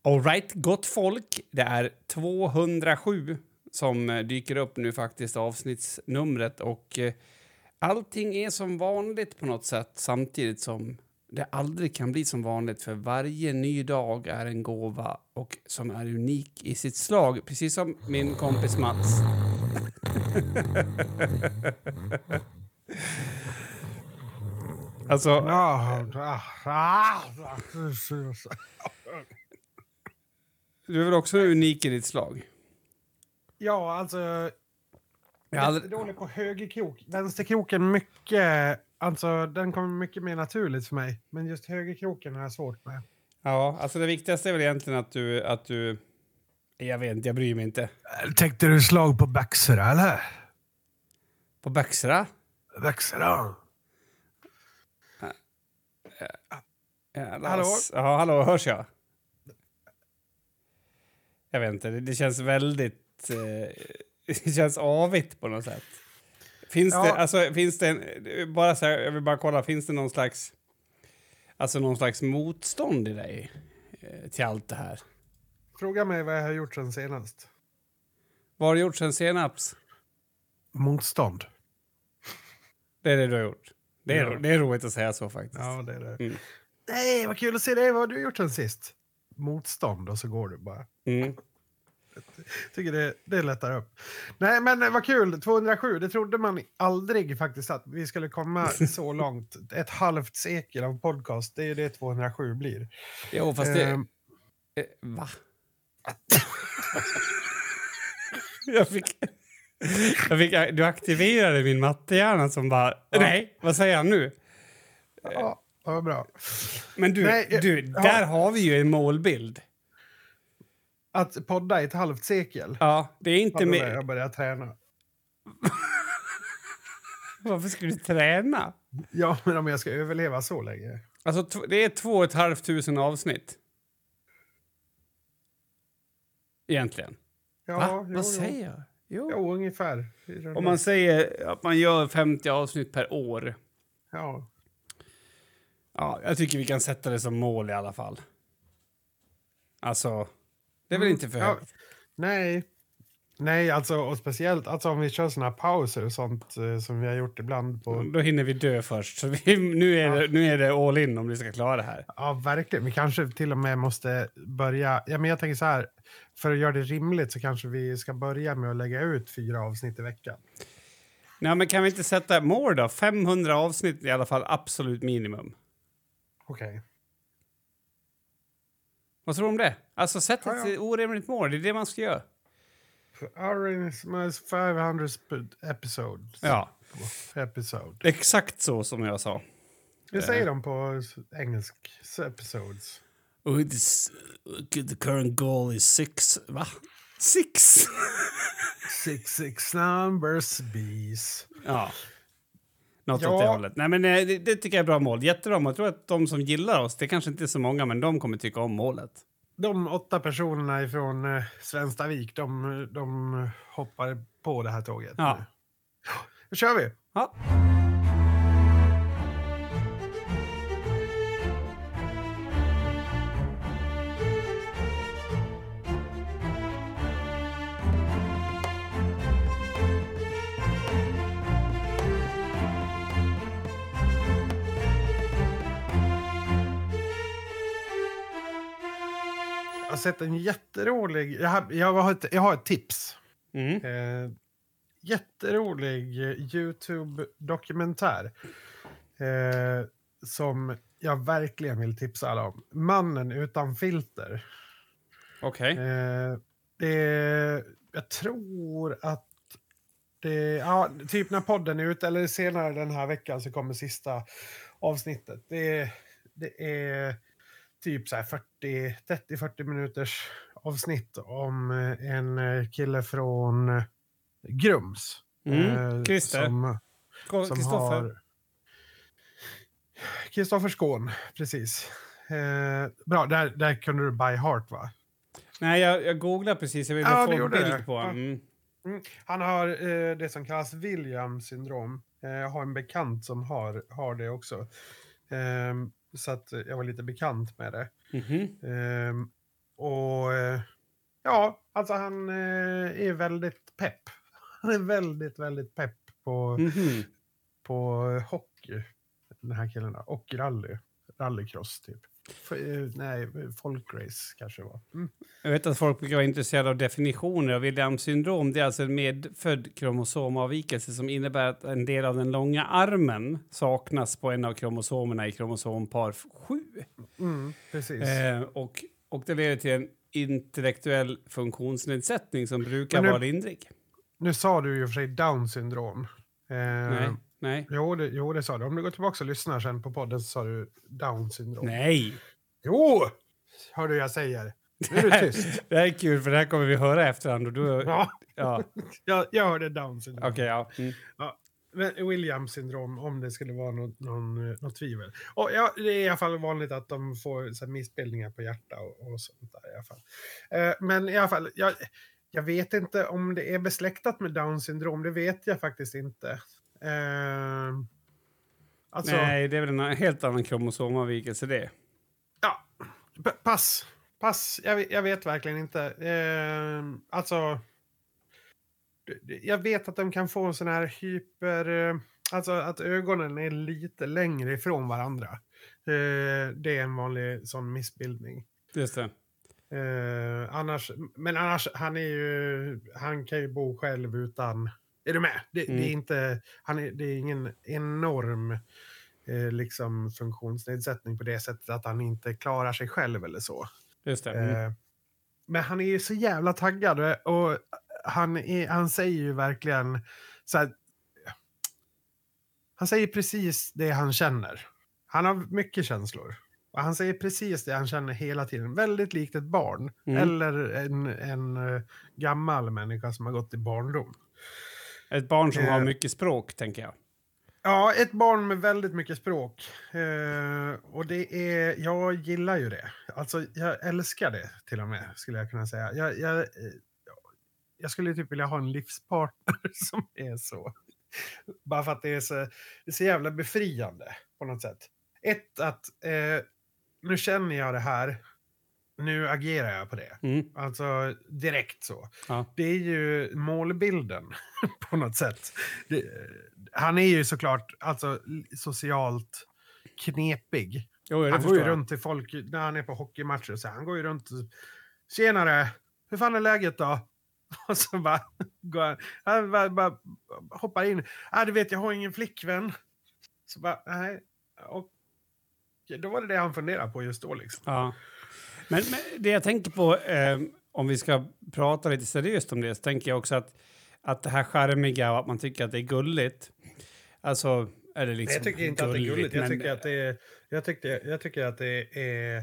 All right, gott folk. Det är 207 som dyker upp nu faktiskt, avsnittsnumret. Och allting är som vanligt på något sätt, samtidigt som det aldrig kan bli som vanligt. För varje ny dag är en gåva och som är unik i sitt slag. Precis som min kompis Mats. Alltså... Du är väl också unik i ditt slag? Ja, alltså... Jag är dålig på högerkrok. Vänsterkroken mycket... Alltså, den kommer mycket mer naturligt för mig. Men just högerkroken har jag svårt med. Ja, alltså det viktigaste är väl egentligen att du... Jag vet inte, jag bryr mig inte. Tänkte du slag på Baxera, eller? På Baxera? Baxera. Hallå? Ja, hallå, hörs jag? Jag vet inte, det känns väldigt... det känns avigt på något sätt. Finns det en... Bara så här, jag vill bara kolla, finns det någon slags... Alltså någon slags motstånd i dig till allt det här? Fråga mig vad jag har gjort sen senast. Vad har du gjort sen senast? Motstånd. Det är det du har gjort. Det är roligt att säga så faktiskt. Ja, det är det. Mm. Nej, vad kul att se dig. Vad har du gjort sen sist? Motstånd, och så går du bara. Mm. Jag tycker det lättar upp. Nej, men vad kul. 207, det trodde man aldrig faktiskt att vi skulle komma så långt. Ett halvt sekel av podcast, det är det 207 blir. Jo, fast det... Va? Du aktiverade min mattehjärna som bara... Ja. Nej, vad säger han nu? Ja, vad bra. Men där har vi ju en målbild. Att podda i ett halvt sekel? Ja, det är inte mer... Jag börjar träna. Varför ska du träna? Ja, men om jag ska överleva så länge. Alltså, det är 2 500 avsnitt. Egentligen. Ja, vad säger jag? Jo, ungefär. Om man säger att man gör 50 avsnitt per år. Ja. Ja, jag tycker vi kan sätta det som mål i alla fall. Alltså, det är väl inte för högt? Nej, alltså, och speciellt alltså, om vi kör såna här pauser och sånt som vi har gjort ibland. Då hinner vi dö först. Så nu är det all in om vi ska klara det här. Ja, verkligen. Vi kanske till och med måste börja... Ja, men jag tänker så här, för att göra det rimligt så kanske vi ska börja med att lägga ut 4 avsnitt i veckan. Nej, men kan vi inte sätta more då? 500 avsnitt i alla fall, absolut minimum. Okej. Vad tror du om det? Alltså, sätt ett orimligt mål. Det är det man ska göra. Our 500 episodes. Ja. Episode. Exakt så som jag sa. Det säger de på engelsk. Episodes. The current goal is 6. Va? 6? 6 numbers bees. Ja. Något åt det hållet. Nej, men det tycker jag är bra mål. Jättebra mål. Jag tror att de som gillar oss, det kanske inte är så många, men de kommer tycka om målet. De 8 personerna ifrån Svenstavik, de hoppar på det här tåget. Ja. Då kör vi. Ja. Jag har sett en jätterolig... Jag har ett tips. Jätterolig YouTube-dokumentär. Som jag verkligen vill tipsa alla om. Mannen utan filter. Okej. Jag tror att det... Ja, typ när podden är ute eller senare den här veckan så kommer sista avsnittet. Det är typ så här 30-40 minuters avsnitt om en kille från Grums. Christer. Som har... Kristoffer Skån, precis. Bra, där kunde du by heart, va? Nej, jag googlade precis. Jag ville få en bild på honom. Han har det som kallas Williams syndrom. Jag har en bekant som har det också. Så att jag var lite bekant med det. Och ja, alltså han är väldigt pepp. Han är väldigt, väldigt pepp på hockey. Den här killen där. Och rallycross typ. Nej, folkrace kanske det var. Jag vet att folk brukar vara intresserade av definitioner av Williams syndrom. Det är alltså en medfödd kromosomavvikelse som innebär att en del av den långa armen saknas på en av kromosomerna i kromosompar 7. Precis. Och det leder till en intellektuell funktionsnedsättning som brukar vara lindrig. Nu sa du ju för sig Down syndrom. Nej. Jo, det sa du. Om du går tillbaka och lyssnar sen på podden så sa du Down syndrom. Nej. Jo! Hör du jag säger. Nu är du tyst. Det här är kul, för det här kommer vi höra efterhand. Och du, ja. Jag hörde Down syndrom. Okej, ja. Ja. Williams syndrom, om det skulle vara något tvivel. Och ja, det är i alla fall vanligt att de får så här, missbildningar på hjärta och sånt där i alla fall. Men i alla fall, jag vet inte om det är besläktat med Down syndrom. Det vet jag faktiskt inte. Alltså, nej, det är väl en helt annan kromosomavvikelse det. Ja, pass. Jag vet verkligen inte. Alltså, jag vet att de kan få sån här alltså att ögonen är lite längre ifrån varandra. Det är en vanlig sån missbildning. Just det. Annars, han kan ju bo själv utan. Är du med? Det är inte, det är ingen enorm liksom funktionsnedsättning på det sättet att han inte klarar sig själv eller så. Just det. Men han är ju så jävla taggad och han säger ju verkligen så här, han säger precis det han känner. Han har mycket känslor. Och han säger precis det han känner hela tiden. Väldigt likt ett barn. Eller en gammal människa som har gått i barndom. Ett barn som har mycket språk, tänker jag. Ja, ett barn med väldigt mycket språk. Och jag gillar ju det. Alltså, jag älskar det till och med, skulle jag kunna säga. Jag skulle typ vilja ha en livspartner som är så. Bara för att det är så jävla befriande på något sätt. Nu känner jag det här. Nu agerar jag på det. Alltså direkt så. Ja. Det är ju målbilden på något sätt. Han är ju såklart alltså, socialt knepig. Han går ju runt till folk när han är på hockeymatcher. Så han går ju runt och tjenare, hur fan är läget då? Och så bara hoppar in. Du vet, jag har ingen flickvän. Så bara, nej. Och då var det han funderade på just då liksom. Ja. Men det jag tänker på, om vi ska prata lite seriöst om det, så tänker jag också att det här charmiga och att man tycker att det är gulligt. Alltså, är det liksom jag tycker inte gulligt, att det är gulligt. Men jag tycker att det är...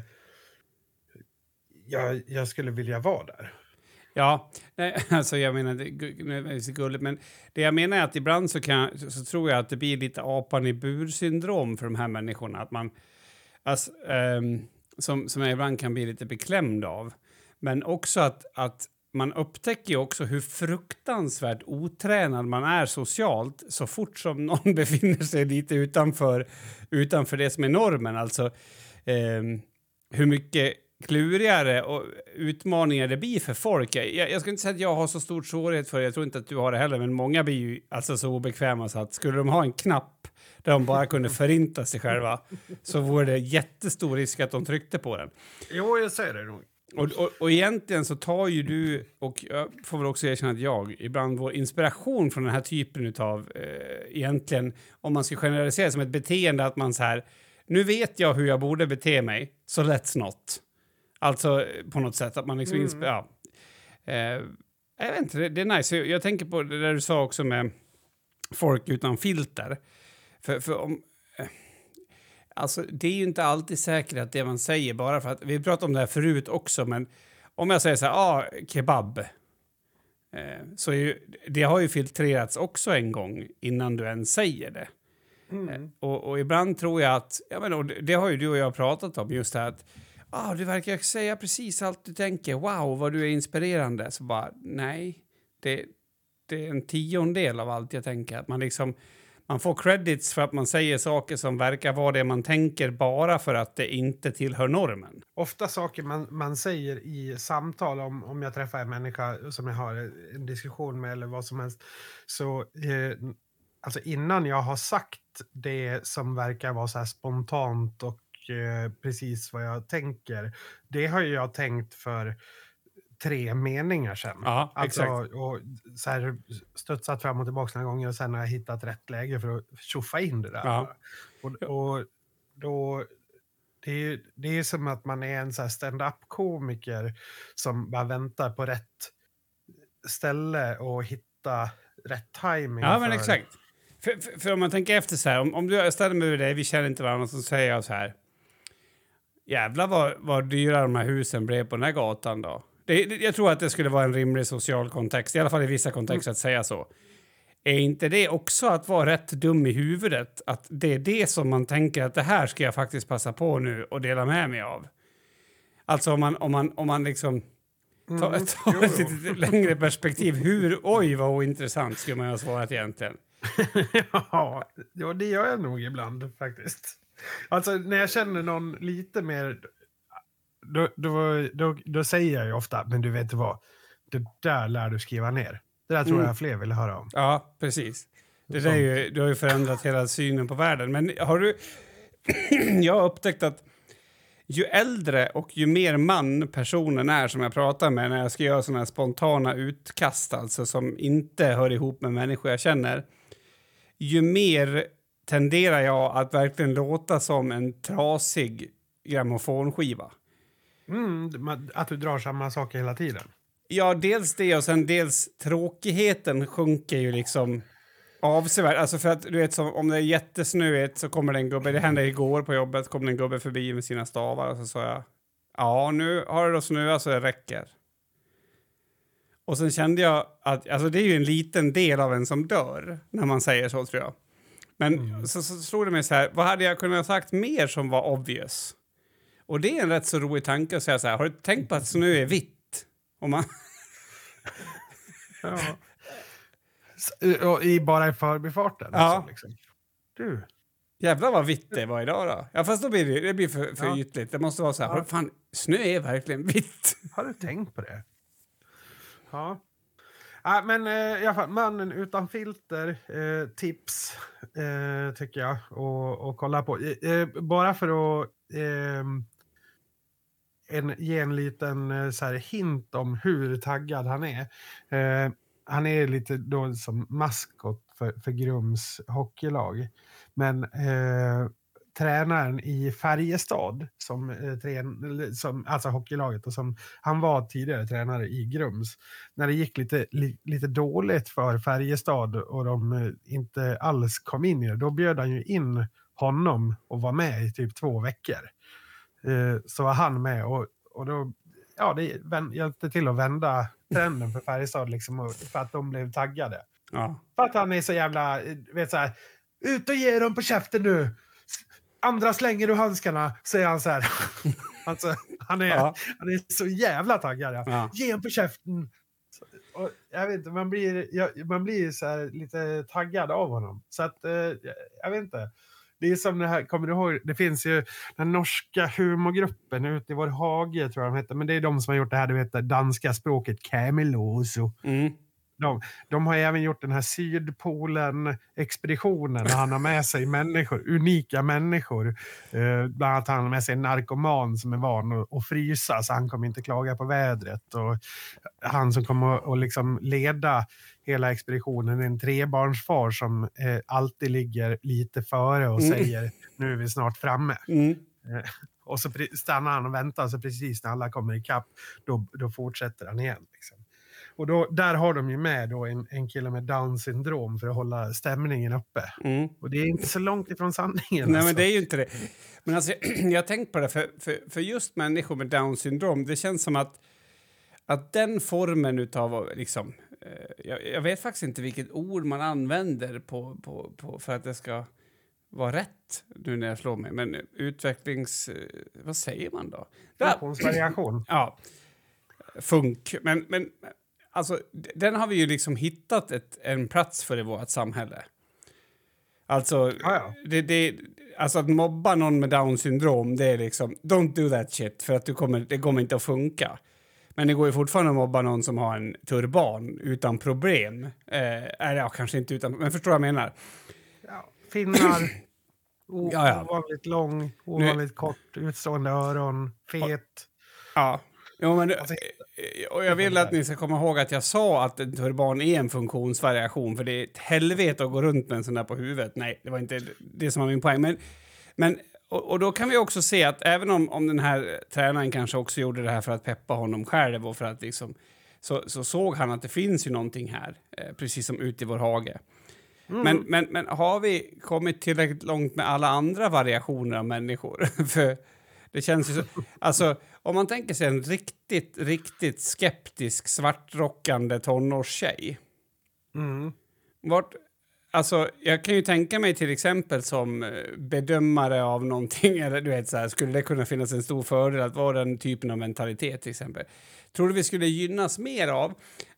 Jag skulle vilja vara där. Ja, alltså jag menar det är gulligt, men det jag menar är att ibland så tror jag att det blir lite apan i bur-syndrom för de här människorna. Att man, alltså, som jag ibland kan bli lite beklämd av. Men också att man upptäcker ju också hur fruktansvärt otränad man är socialt så fort som någon befinner sig lite utanför det som är normen. Alltså hur mycket klurigare och utmaningar det blir för folk. Jag skulle inte säga att jag har så stor svårighet för det. Jag tror inte att du har det heller. Men många blir ju alltså så obekväma så att skulle de ha en knapp där de bara kunde förinta sig själva så vore det jättestor risk att de tryckte på den. Jo, jag säger det nog. Och egentligen så tar ju du, och jag får väl också erkänna att jag ibland vår inspiration från den här typen av egentligen, om man ska generalisera som ett beteende, att man så här, nu vet jag hur jag borde bete mig, så let's not. Alltså på något sätt att man liksom jag vet inte, det är nice. Jag tänker på det där du sa också med folk utan filter. För om... Alltså, det är ju inte alltid säkert att det man säger, bara för att... Vi pratade om det här förut också, men om jag säger så här, kebab. Så det har ju filtrerats också en gång innan du ens säger det. Och ibland tror jag att... det har ju du och jag pratat om, just det här att... du verkar säga precis allt du tänker. Wow, vad du är inspirerande. Så bara, nej. Det är en 10-del av allt jag tänker. Att man får credits för att man säger saker som verkar vara det man tänker bara för att det inte tillhör normen. Ofta saker man säger i samtal om jag träffar en människa som jag har en diskussion med eller vad som helst. Så alltså innan jag har sagt det som verkar vara så här spontant och precis vad jag tänker. Det har ju jag tänkt för 3 meningar sedan. Ja, alltså, exakt. och så här studsat fram och tillbaka några gånger och sen har jag hittat rätt läge för att tjoffa in det där. Ja. Och då, det är som att man är en så här stand-up-komiker som bara väntar på rätt ställe och hitta rätt timing. Ja, men exakt. För om man tänker efter så här, om du ställer mig med dig, vi känner inte varandra, så säger jag så här: jävlar vad dyra de här husen blev på den här gatan då. Jag tror att det skulle vara en rimlig social kontext, i alla fall i vissa kontexter, att säga så. Är inte det också att vara rätt dum i huvudet? Att det är det som man tänker att det här ska jag faktiskt passa på nu och dela med mig av. Alltså om man liksom tar ett lite längre perspektiv. Oj vad ointressant skulle man ha svarat egentligen. Ja, det gör jag nog ibland faktiskt. Alltså när jag känner någon lite mer, då säger jag ju ofta, men du vet vad, det där lär du skriva ner. Det där tror jag fler vill höra om. Ja, precis. Det där är ju, du har ju förändrat hela synen på världen. Men har du... jag har upptäckt att ju äldre och ju mer man personen är som jag pratar med när jag ska göra såna här spontana utkast, alltså som inte hör ihop med människor jag känner, ju mer tenderar jag att verkligen låta som en trasig grammofonskiva. Att du drar samma saker hela tiden. Ja, dels det och sen dels tråkigheten sjunker ju liksom avsevärt. Alltså för att du vet, om det är jättesnöigt så kommer det en gubbe, det hände igår på jobbet, kom en gubbe förbi med sina stavar och så sa jag: ja, nu har det då snöat så det räcker. Och sen kände jag att, alltså det är ju en liten del av en som dör när man säger så, tror jag. Men så slog det mig så här, vad hade jag kunnat ha sagt mer som var obvious? Och det är en rätt så rolig tanke att säga så här: har du tänkt på att snö är vitt? Om man... ja. Bara i förbifarten. Ja. Alltså, liksom. Du. Jävlar vad vitt det var idag då. Ja, fast då blir det blir för ytligt. Det måste vara så här, fan, snö är verkligen vitt. Har du tänkt på det? Ja. Men i alla fall, mannen utan filter, tips tycker jag och kolla på. Bara för att ge en liten så här hint om hur taggad han är. Han är lite då som maskot för Grums hockeylag. Men tränaren i Färjestad som alltså hockeylaget och som han var tidigare tränare i Grums, när det gick lite dåligt för Färjestad och de inte alls kom in i det, då bjöd han ju in honom och var med i typ 2 veckor. Så var han med och då, ja, det hjälpte till att vända trenden för Färjestad liksom, för att de blev taggade. Ja. För att han är så jävla, vet så här, ut och ge dem på käften nu. Andra slänger du handskarna, säger han så här. Alltså, han är så jävla taggad. Ja. Ja. Ge dem på käften. Och jag vet inte, man blir så här lite taggad av honom. Så att, jag vet inte. Det är som det här, kommer du ihåg, det finns ju den norska humorgruppen ute i vår hage, tror jag de heter. Men det är de som har gjort det här, du vet, det danska språket Cameloso. De har även gjort den här Sydpolen-expeditionen där han har med sig människor, unika människor. Bland annat han har med sig en narkoman som är van att frysa, så han kommer inte klaga på vädret. Och han som kommer att liksom leda hela expeditionen är en 3-barnsfar som alltid ligger lite före och säger nu är vi snart framme. Och så stannar han och väntar, så precis när alla kommer ikapp då fortsätter han igen liksom. Och där har de ju med då en kille med Down-syndrom för att hålla stämningen uppe. Och det är inte så långt ifrån sanningen. Nej, alltså. Men det är ju inte det. Men alltså, jag har tänkt på det, för just människor med Down-syndrom, det känns som att den formen utav liksom, jag vet faktiskt inte vilket ord man använder på för att det ska vara rätt nu när jag slår mig. Men vad säger man då? Funktionsvariation. Ja, funk. Men alltså, den har vi ju liksom hittat en plats för i vårt samhälle. Alltså, alltså att mobba någon med Down syndrom, det är liksom, don't do that shit, för att det kommer inte att funka. Men det går ju fortfarande att mobba någon som har en turban utan problem. Kanske inte utan, men förstår vad jag menar. Ja, finnar, ovanligt lång, ovanligt kort, utstående öron, fet. Ja, jo, men, Alltså, och jag vill att ni ska komma ihåg att jag sa att en turban är en funktionsvariation, för det är ett helvete att gå runt med en sån där på huvudet. Nej, det var inte det som var min poäng. Men och då kan vi också se att även om den här tränaren kanske också gjorde det här för att peppa honom själv och för att liksom, så såg han att det finns ju någonting här, precis som ute i vår hage. Men har vi kommit tillräckligt långt med alla andra variationer av människor? För det känns ju så, alltså om man tänker sig en riktigt skeptisk svartrockande tonårstjej. Alltså, jag kan ju tänka mig till exempel som bedömare av någonting, eller du vet så här, skulle det kunna finnas en stor fördel att vara den typen av mentalitet till exempel. Tror du vi skulle gynnas mer av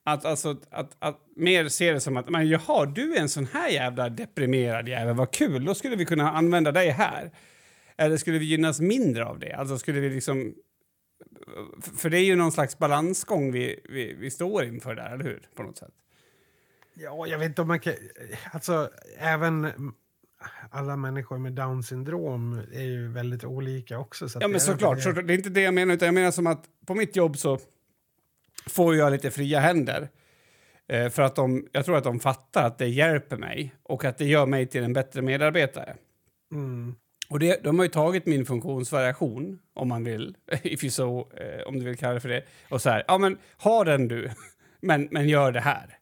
att mer se det som att, men jaha, du är en sån här jävla deprimerad jävel, vad kul, då skulle vi kunna använda dig här. Eller skulle vi gynnas mindre av det? Alltså skulle vi liksom, för det är ju någon slags balansgång vi står inför där, eller hur? På något sätt. Ja, jag vet inte om man kan... Alltså, även alla människor med Down syndrom är ju väldigt olika också. Så ja, men såklart. Så det är inte det jag menar, utan jag menar som att på mitt jobb så får jag lite fria händer. För att jag tror att de fattar att det hjälper mig och att det gör mig till en bättre medarbetare. Och de har ju tagit min funktionsvariation, om man vill, om du vill kalla det för det, och så här, ja men ha den du, men gör det här.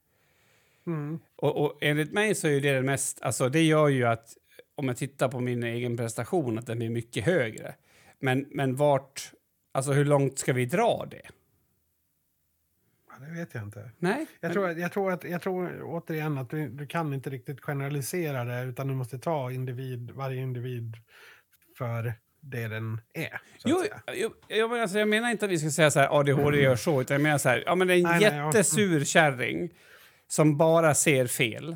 Och enligt mig så är det mest, alltså det gör ju att om jag tittar på min egen prestation att den blir mycket högre. Men alltså hur långt ska vi dra det? Ja, det vet jag inte. Nej. Jag tror återigen att du kan inte riktigt generalisera det, utan du måste ta varje individ för det den är. Jag menar inte att vi ska säga så här ADHD gör så, utan jag menar så här, ja men det är en jättesur kärring som bara ser fel.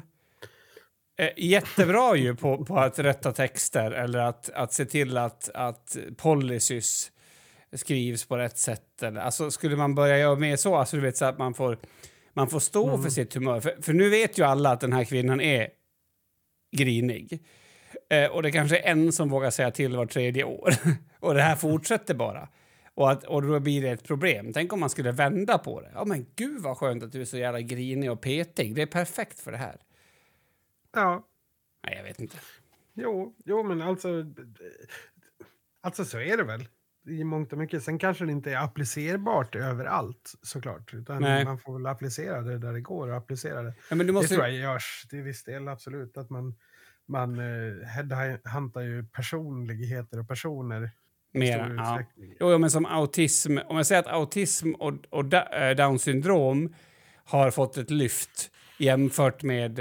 Jättebra ju på att rätta texter eller att se till att policies skrivs på rätt sätt. Eller, alltså skulle man börja göra mer så, alltså du vet så att man får stå för sitt humör. För nu vet ju alla att den här kvinnan är grinig. Och det kanske är en som vågar säga till var 3:e år. Och det här fortsätter bara. Och då blir det ett problem. Tänk om man skulle vända på det. Ja men gud vad skönt att du är så jävla grinig och petig. Det är perfekt för det här. Ja. Nej, jag vet inte. Jo men alltså så är det väl. I mångt och mycket. Sen kanske det inte är applicerbart överallt såklart. Utan man får väl applicera det där det går och applicera det. Ja, men det tror jag görs till viss del absolut. Att man headhuntar ju personligheter och personer. Mer, ja. Jo, men som autism. Om jag säger att autism och Down syndrom har fått ett lyft jämfört med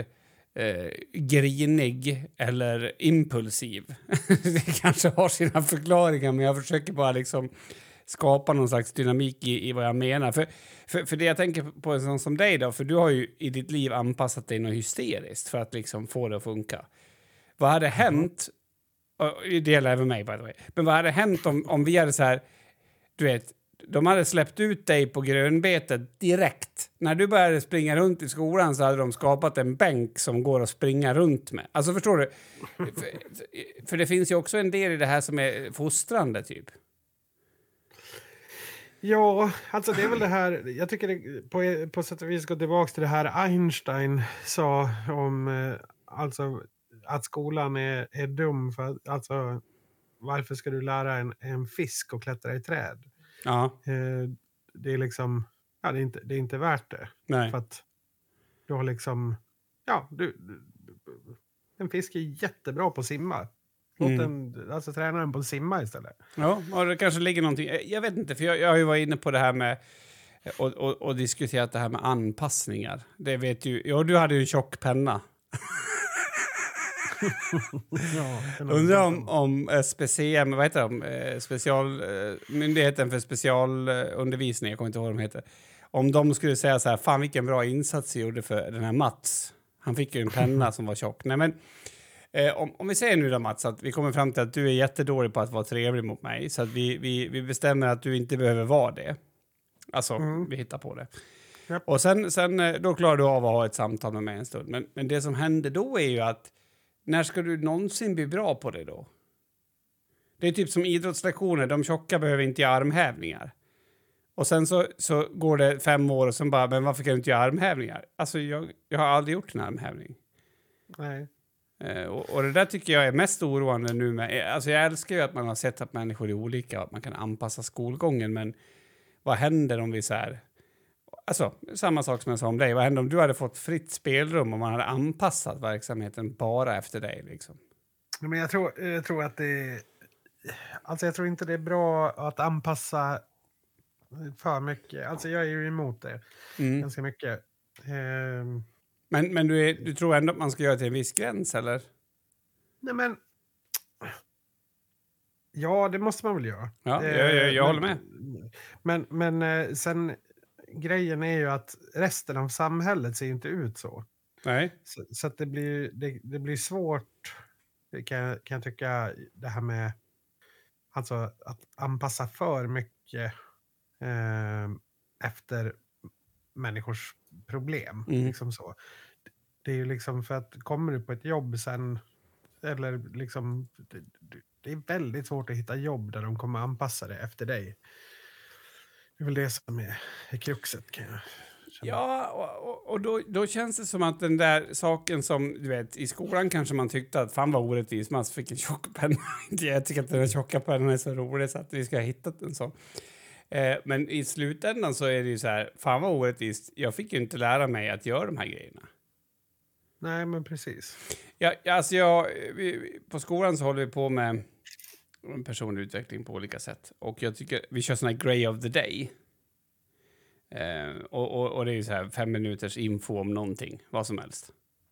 grinig eller impulsiv. Det kanske har sina förklaringar, men jag försöker bara liksom skapa någon slags dynamik i vad jag menar. För det jag tänker på en sån som dig då, för du har ju i ditt liv anpassat dig något hysteriskt för att liksom få det att funka. Vad hade hänt, det gäller även mig by the way, men vad hade hänt om vi hade så här, du vet, de hade släppt ut dig på grönbetet direkt. När du började springa runt i skolan så hade de skapat en bänk som går att springa runt med. Alltså förstår du? För det finns ju också en del i det här som är fostrande typ. Ja, alltså det är väl det här, jag tycker det på sätt och vis går tillbaka till det här Einstein sa om alltså att skolan är dum för alltså varför ska du lära en fisk att klättra i träd? Ja. Det är liksom, ja det är inte värt det. Nej. För att du har liksom, ja en fisk är jättebra på att simma. Alltså träna den på att simma istället. Ja, och det kanske ligger någonting. Jag vet inte, för jag har ju varit inne på det här med och diskuterat det här med anpassningar. Det vet ju, ja du hade ju en tjock penna. Ja, undrar om SPCM, vad heter Myndigheten för specialundervisning, jag kommer inte ihåg vad de heter. Om de skulle säga så här, fan vilken bra insats jag gjorde för den här Mats. Han fick ju en penna som var tjock. Nej men, Om vi säger nu då, Mats, att vi kommer fram till att du är jättedålig på att vara trevlig mot mig. Så att vi bestämmer att du inte behöver vara det. Alltså, vi hittar på det. Yep. Och sen då klarar du av att ha ett samtal med mig en stund. Men det som händer då är ju att när ska du någonsin bli bra på det då? Det är typ som idrottslektioner. De tjocka behöver inte göra armhävningar. Och sen så går det 5 år och så bara, men varför kan du inte göra armhävningar? Alltså jag har aldrig gjort en armhävning. Nej. Och det där tycker jag är mest oroande nu med. Alltså jag älskar ju att man har sett att människor är olika och att man kan anpassa skolgången. Men vad händer om vi så här... Alltså samma sak som jag sa om dig. Vad händer om du hade fått fritt spelrum och man hade anpassat verksamheten bara efter dig liksom? Men jag tror att det... Alltså jag tror inte det är bra att anpassa för mycket. Alltså jag är ju emot det ganska mycket. Men du tror ändå att man ska göra till en viss gräns, eller? Nej, men... Ja, det måste man väl göra. Ja, jag håller med. Men sen, grejen är ju att resten av samhället ser inte ut så. Nej. Så att det blir svårt, kan jag tycka, det här med alltså att anpassa för mycket efter människors problem. Liksom så. Det är ju liksom för att kommer du på ett jobb sen, eller liksom, det är väldigt svårt att hitta jobb där de kommer anpassa det efter dig. Det är väl det som är kruxet, kan jag känna. Ja, och då känns det som att den där saken som, du vet, i skolan kanske man tyckte att fan var orättvis, man fick en tjock penna. Jag tycker att den här tjocka pennan är så rolig så att vi ska ha hittat en sån. Men i slutändan så är det ju så här, fan vad orättvist, jag fick ju inte lära mig att göra de här grejerna. Nej, men precis. På skolan så håller vi på med personlig utveckling på olika sätt. Och jag tycker, vi kör sån här Grey of the Day. Och det är ju så här 5 minuters info om någonting, vad som helst.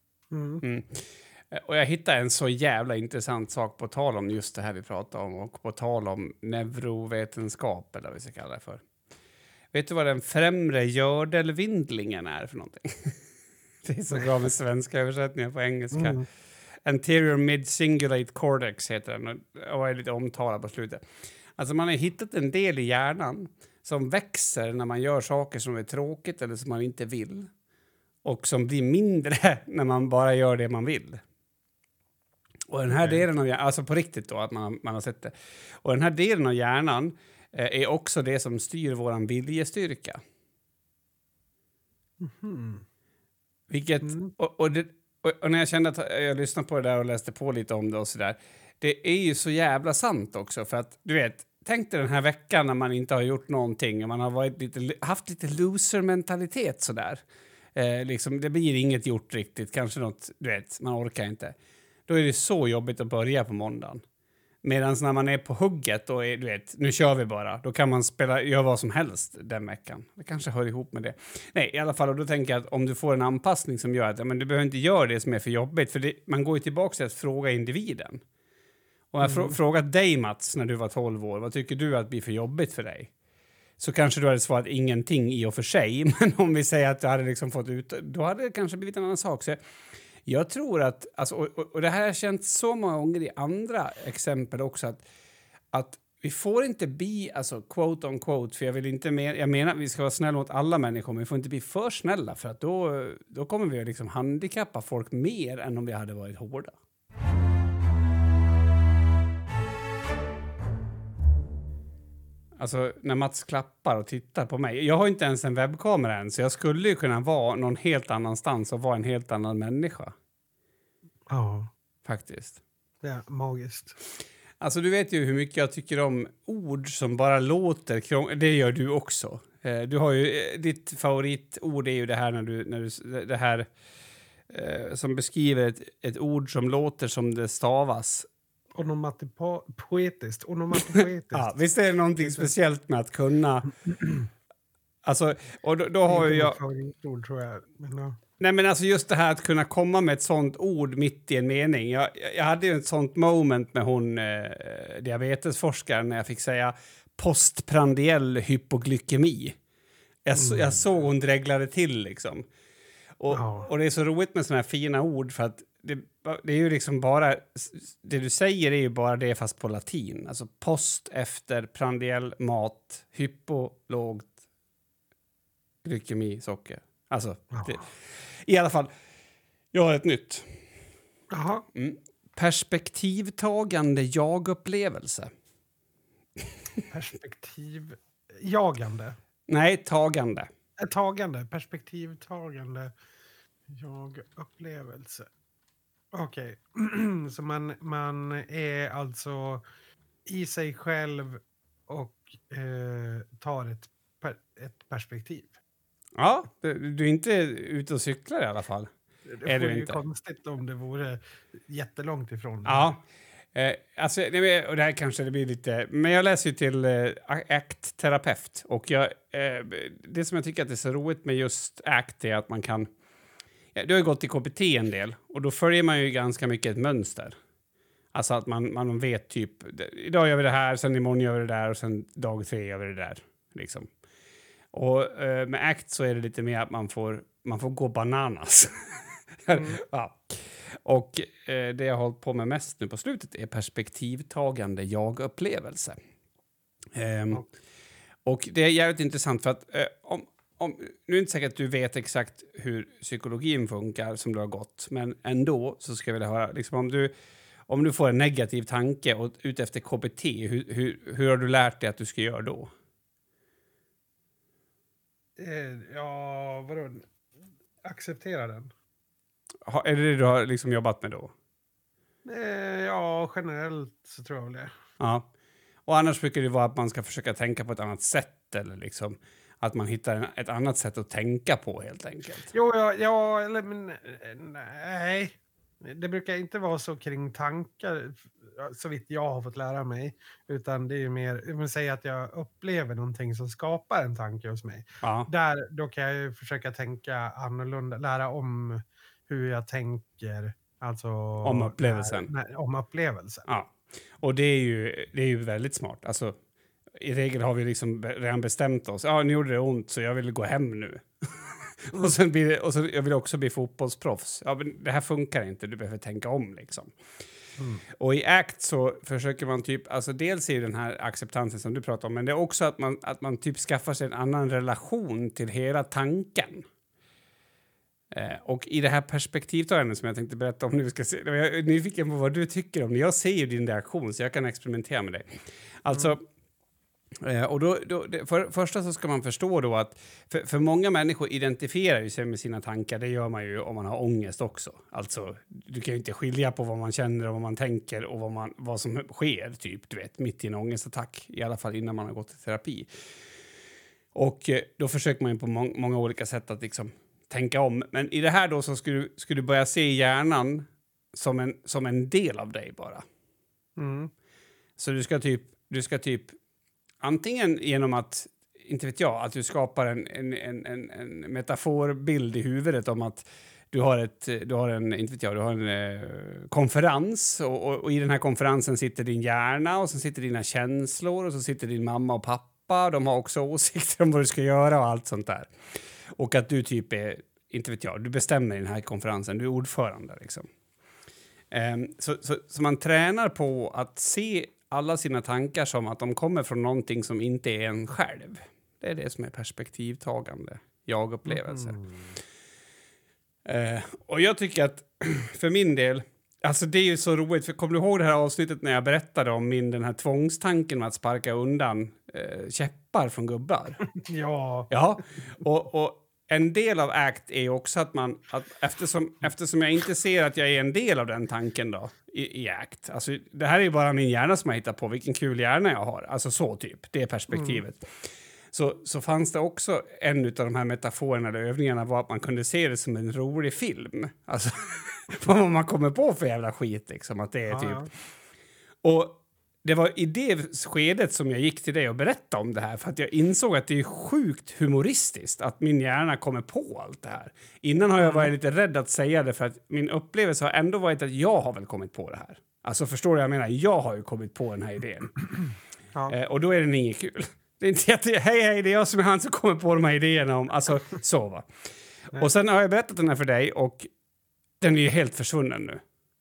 Och jag hittade en så jävla intressant sak på tal om just det här vi pratar om. Och på tal om neurovetenskap, eller vad vi ska kalla det för. Vet du vad den främre gördelvindlingen är för någonting? Det är så bra med svenska översättningar på engelska. Anterior mid-cingulate cortex heter den. Och är lite omtalad på slutet. Alltså man har hittat en del i hjärnan som växer när man gör saker som är tråkigt eller som man inte vill. Och som blir mindre när man bara gör det man vill. Och den här delen av hjärnan, alltså på riktigt då, att man har sett det. Och den här delen av hjärnan är också det som styr våran viljestyrka. Vilket, och när jag kände att jag lyssnade på det där och läste på lite om det och sådär. Det är ju så jävla sant också, för att du vet, tänk dig den här veckan när man inte har gjort någonting och man har haft lite loser-mentalitet sådär. Liksom, det blir inget gjort riktigt, kanske något, du vet, man orkar inte. Då är det så jobbigt att börja på måndagen. Medan när man är på hugget och är, du vet, nu kör vi bara. Då kan man göra vad som helst den veckan. Det kanske hör ihop med det. Nej, i alla fall, och då tänker jag att om du får en anpassning som gör att men du behöver inte göra det som är för jobbigt. För man går ju tillbaka till att fråga individen. Och jag frågat dig, Mats, när du var 12 år. Vad tycker du att blir för jobbigt för dig? Så kanske du hade svarat ingenting i och för sig. Men om vi säger att du hade liksom fått ut, då hade det kanske blivit en annan sak. Så jag tror att, alltså, och det här har jag känt så många gånger i andra exempel också, att vi får inte bli, alltså quote on quote, för jag menar att vi ska vara snälla mot alla människor, men vi får inte bli för snälla, för att då kommer vi liksom handikappa folk mer än om vi hade varit hårda. Alltså när Mats klappar och tittar på mig. Jag har inte ens en webbkamera än, så jag skulle ju kunna vara någon helt annanstans och vara en helt annan människa. Ja. Faktiskt. Det är magiskt. Alltså du vet ju hur mycket jag tycker om ord som bara låter det gör du också. Du har ju, ditt favoritord är ju det här när du det här som beskriver ett ord som låter som det stavas. Onomatopoetiskt. Ja, visst är det någonting speciellt med att kunna... Alltså, och då har ju jag... favoritord, tror jag. Men, ja. Nej, men alltså just det här att kunna komma med ett sånt ord mitt i en mening. Jag hade ju ett sånt moment med hon diabetesforskaren när jag fick säga postprandiell hypoglykemi. Jag såg hon dreglade till liksom. Och det är så roligt med såna här fina ord, för att det är ju liksom bara... Det du säger är ju bara det fast på latin. Alltså post, efter, prandiell, mat, hypo, lågt, glykemi, socker. Alltså, i alla fall, jag har ett nytt. Jaha. Perspektivtagande jag-upplevelse. Perspektivjagande? Nej, tagande. Tagande, perspektivtagande jag-upplevelse. Okej, så man är alltså i sig själv och tar ett perspektiv. Ja, du är inte ute och cyklar i alla fall. Det Är vore du ju inte? konstigt om det vore jättelångt ifrån. Ja. Alltså, och det här kanske det blir lite... Men jag läser ju till ACT-terapeut. Och det som jag tycker att det är så roligt med just ACT är att man kan... Ja, du har ju gått i KBT en del. Och då följer man ju ganska mycket ett mönster. Alltså att man vet typ... Idag gör vi det här, sen imorgon gör vi det där och sen dag 3 gör vi det där. Liksom. Och med ACT så är det lite mer att man får gå bananas. Ja. Och det jag har hållit på med mest nu på slutet är perspektivtagande jag-upplevelse. Och det är jävligt intressant för att nu är det inte säkert att du vet exakt hur psykologin funkar som du har gått, men ändå så ska jag vilja höra, liksom, om du får en negativ tanke och ut efter KBT, hur har du lärt dig att du ska göra då? Ja, vadå? Acceptera den. Är det du har liksom jobbat med då? Ja, generellt så tror jag väl det. Ja. Och annars brukar det vara att man ska försöka tänka på ett annat sätt eller liksom att man hittar ett annat sätt att tänka på helt enkelt. Jo, eller men nej. Det brukar inte vara så kring tankar så vitt jag har fått lära mig. Utan det är ju mer, jag vill säga att jag upplever någonting som skapar en tanke hos mig. Ja. Då kan jag ju försöka tänka annorlunda, lära om hur jag tänker. Alltså Om upplevelsen. Om upplevelsen. Ja. Och det är ju väldigt smart. Alltså, i regel har vi liksom redan bestämt oss. Ja, nu gjorde det ont så jag vill gå hem nu. Och så jag vill också bli fotbollsproffs. Ja, men det här funkar inte. Du behöver tänka om liksom. Och i ACT så försöker man typ, alltså dels är den här acceptansen som du pratar om, men det är också att man typ skaffar sig en annan relation till hela tanken. Och i det här perspektivtagandet som jag tänkte berätta om nu, jag är nyfiken på vad du tycker om det. Jag ser ju din reaktion så jag kan experimentera med det. Alltså, och för första så ska man förstå då att för många människor identifierar ju sig med sina tankar. Det gör man ju om man har ångest också. Alltså, du kan ju inte skilja på vad man känner och vad man tänker och vad som sker typ, du vet, mitt i en ångestattack. I alla fall innan man har gått i terapi. Och då försöker man ju på många olika sätt att liksom tänka om. Men i det här då så skulle du börja se hjärnan som en del av dig bara. Så du ska typ antingen genom att, inte vet jag, att du skapar en metaforbild i huvudet om att du har en konferens och i den här konferensen sitter din hjärna och så sitter dina känslor och så sitter din mamma och pappa. De har också åsikter om vad du ska göra och allt sånt där. Och att du typ är, inte vet jag, du bestämmer i den här konferensen, du är ordförande liksom. Så man tränar på att se alla sina tankar som att de kommer från någonting som inte är en själv. Det är det som är perspektivtagande jag-upplevelse. Och jag tycker att för min del, alltså det är ju så roligt, för kommer du ihåg det här avsnittet när jag berättade om den här tvångstanken med att sparka undan käppar från gubbar? Ja. Ja, och en del av ACT är också att eftersom jag inte ser att jag är en del av den tanken då i ACT. Alltså det här är ju bara min hjärna som jag hittar på, vilken kul hjärna jag har. Alltså så typ, det är perspektivet. Så fanns det också en av de här metaforerna eller övningarna var att man kunde se det som en rolig film. Alltså vad man kommer på för jävla skit liksom, att det är typ. Och det var i det skedet som jag gick till dig och berättade om det här. För att jag insåg att det är sjukt humoristiskt att min hjärna kommer på allt det här. Innan har jag varit lite rädd att säga det för att min upplevelse har ändå varit att jag har väl kommit på det här. Alltså förstår du vad jag menar? Jag har ju kommit på den här idén. Och då är den inget kul. Det är inte hej, det är jag som är han som kommer på de här idéerna om. Alltså så va. Och sen har jag berättat den här för dig och Den är ju helt försvunnen nu.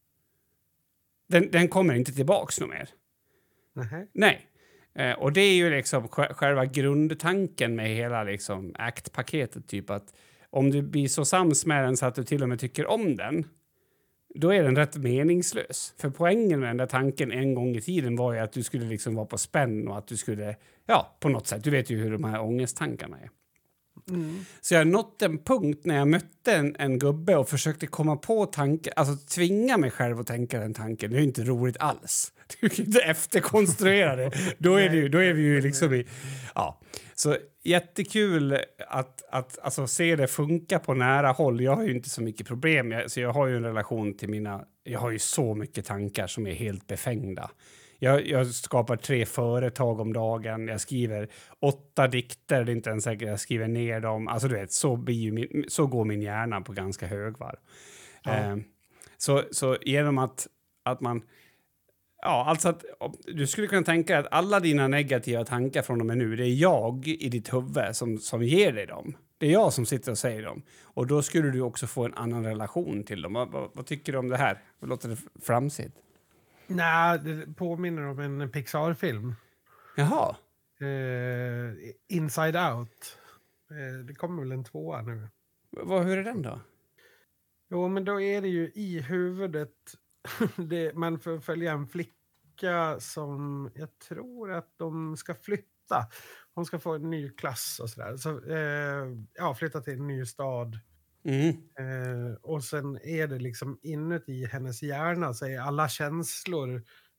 Den kommer inte tillbaks något mer. Nej. Och det är ju liksom själva grundtanken med hela liksom act-paketet. Typ att om du blir så sams med den så att du till och med tycker om den, då är den rätt meningslös. För poängen med den där tanken en gång i tiden var ju att du skulle liksom vara på spänn och att du skulle, ja, på något sätt. Du vet ju hur de här ångesttankarna är. Så jag nått en punkt när jag mötte en gubbe och försökte komma på tankar, alltså tvinga mig själv att tänka den tanken. Det är ju inte roligt alls. Du kan inte efterkonstruera det. Då är vi ju liksom i... Ja. Så jättekul att alltså, se det funka på nära håll. Jag har ju inte så mycket problem. Så jag har ju en relation till mina... Jag har ju så mycket tankar som är helt befängda. Jag skapar 3 företag om dagen. Jag skriver 8 dikter. Det är inte ens säkert jag skriver ner dem. Alltså du vet, så går min hjärna på ganska högvarv. Ja. Så genom att man... Ja, alltså att du skulle kunna tänka att alla dina negativa tankar från och med nu, det är jag i ditt huvud som ger dig dem. Det är jag som sitter och säger dem. Och då skulle du också få en annan relation till dem. Vad tycker du om det här? Vad låter det framsitt? Nej, det påminner om en Pixar-film. Jaha. Inside Out. Det kommer väl en 2 nu. Hur är den då? Jo, men då är det ju i huvudet... man får följa en flicka som jag tror att de ska flytta. Hon ska få en ny klass och sådär. Så, flytta till en ny stad. Och sen är det liksom inuti hennes hjärna så är alla känslor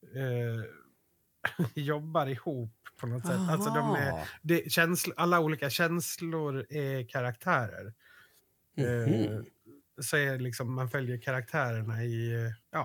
jobbar ihop på något sätt. Alltså alla olika känslor är karaktärer. Så är liksom man följer karaktärerna i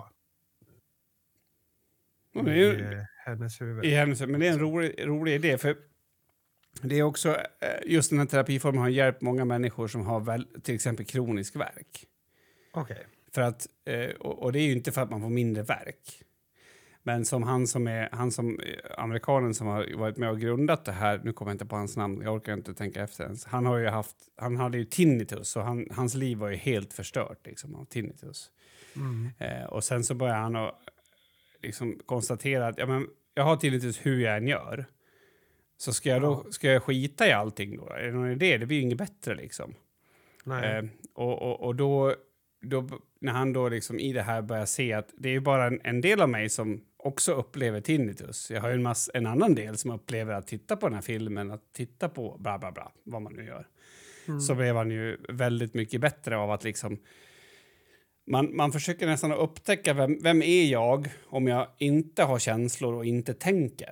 hennes huvud. Men det är en rolig idé, för det är också just den här terapiformen har hjälpt många människor som har till exempel kronisk värk. Okej. För att och det är ju inte för att man får mindre värk. Men som amerikanen som har varit med och grundat det här, nu kommer jag inte på hans namn, jag orkar inte tänka efter ens. Han hade ju tinnitus och hans liv var ju helt förstört liksom, av tinnitus. Och sen så började han att liksom konstatera att jag har tinnitus hur jag än gör. Så ska jag skita i allting då? Är det någon idé? Det blir ju inget bättre liksom. Nej. Och då när han då liksom i det här börjar se att det är ju bara en del av mig som också upplever tinnitus. Jag har ju en annan del som upplever att titta på den här filmen, att titta på bla bla bla, vad man nu gör. Så blev han ju väldigt mycket bättre av att liksom man försöker nästan att upptäcka vem är jag om jag inte har känslor och inte tänker.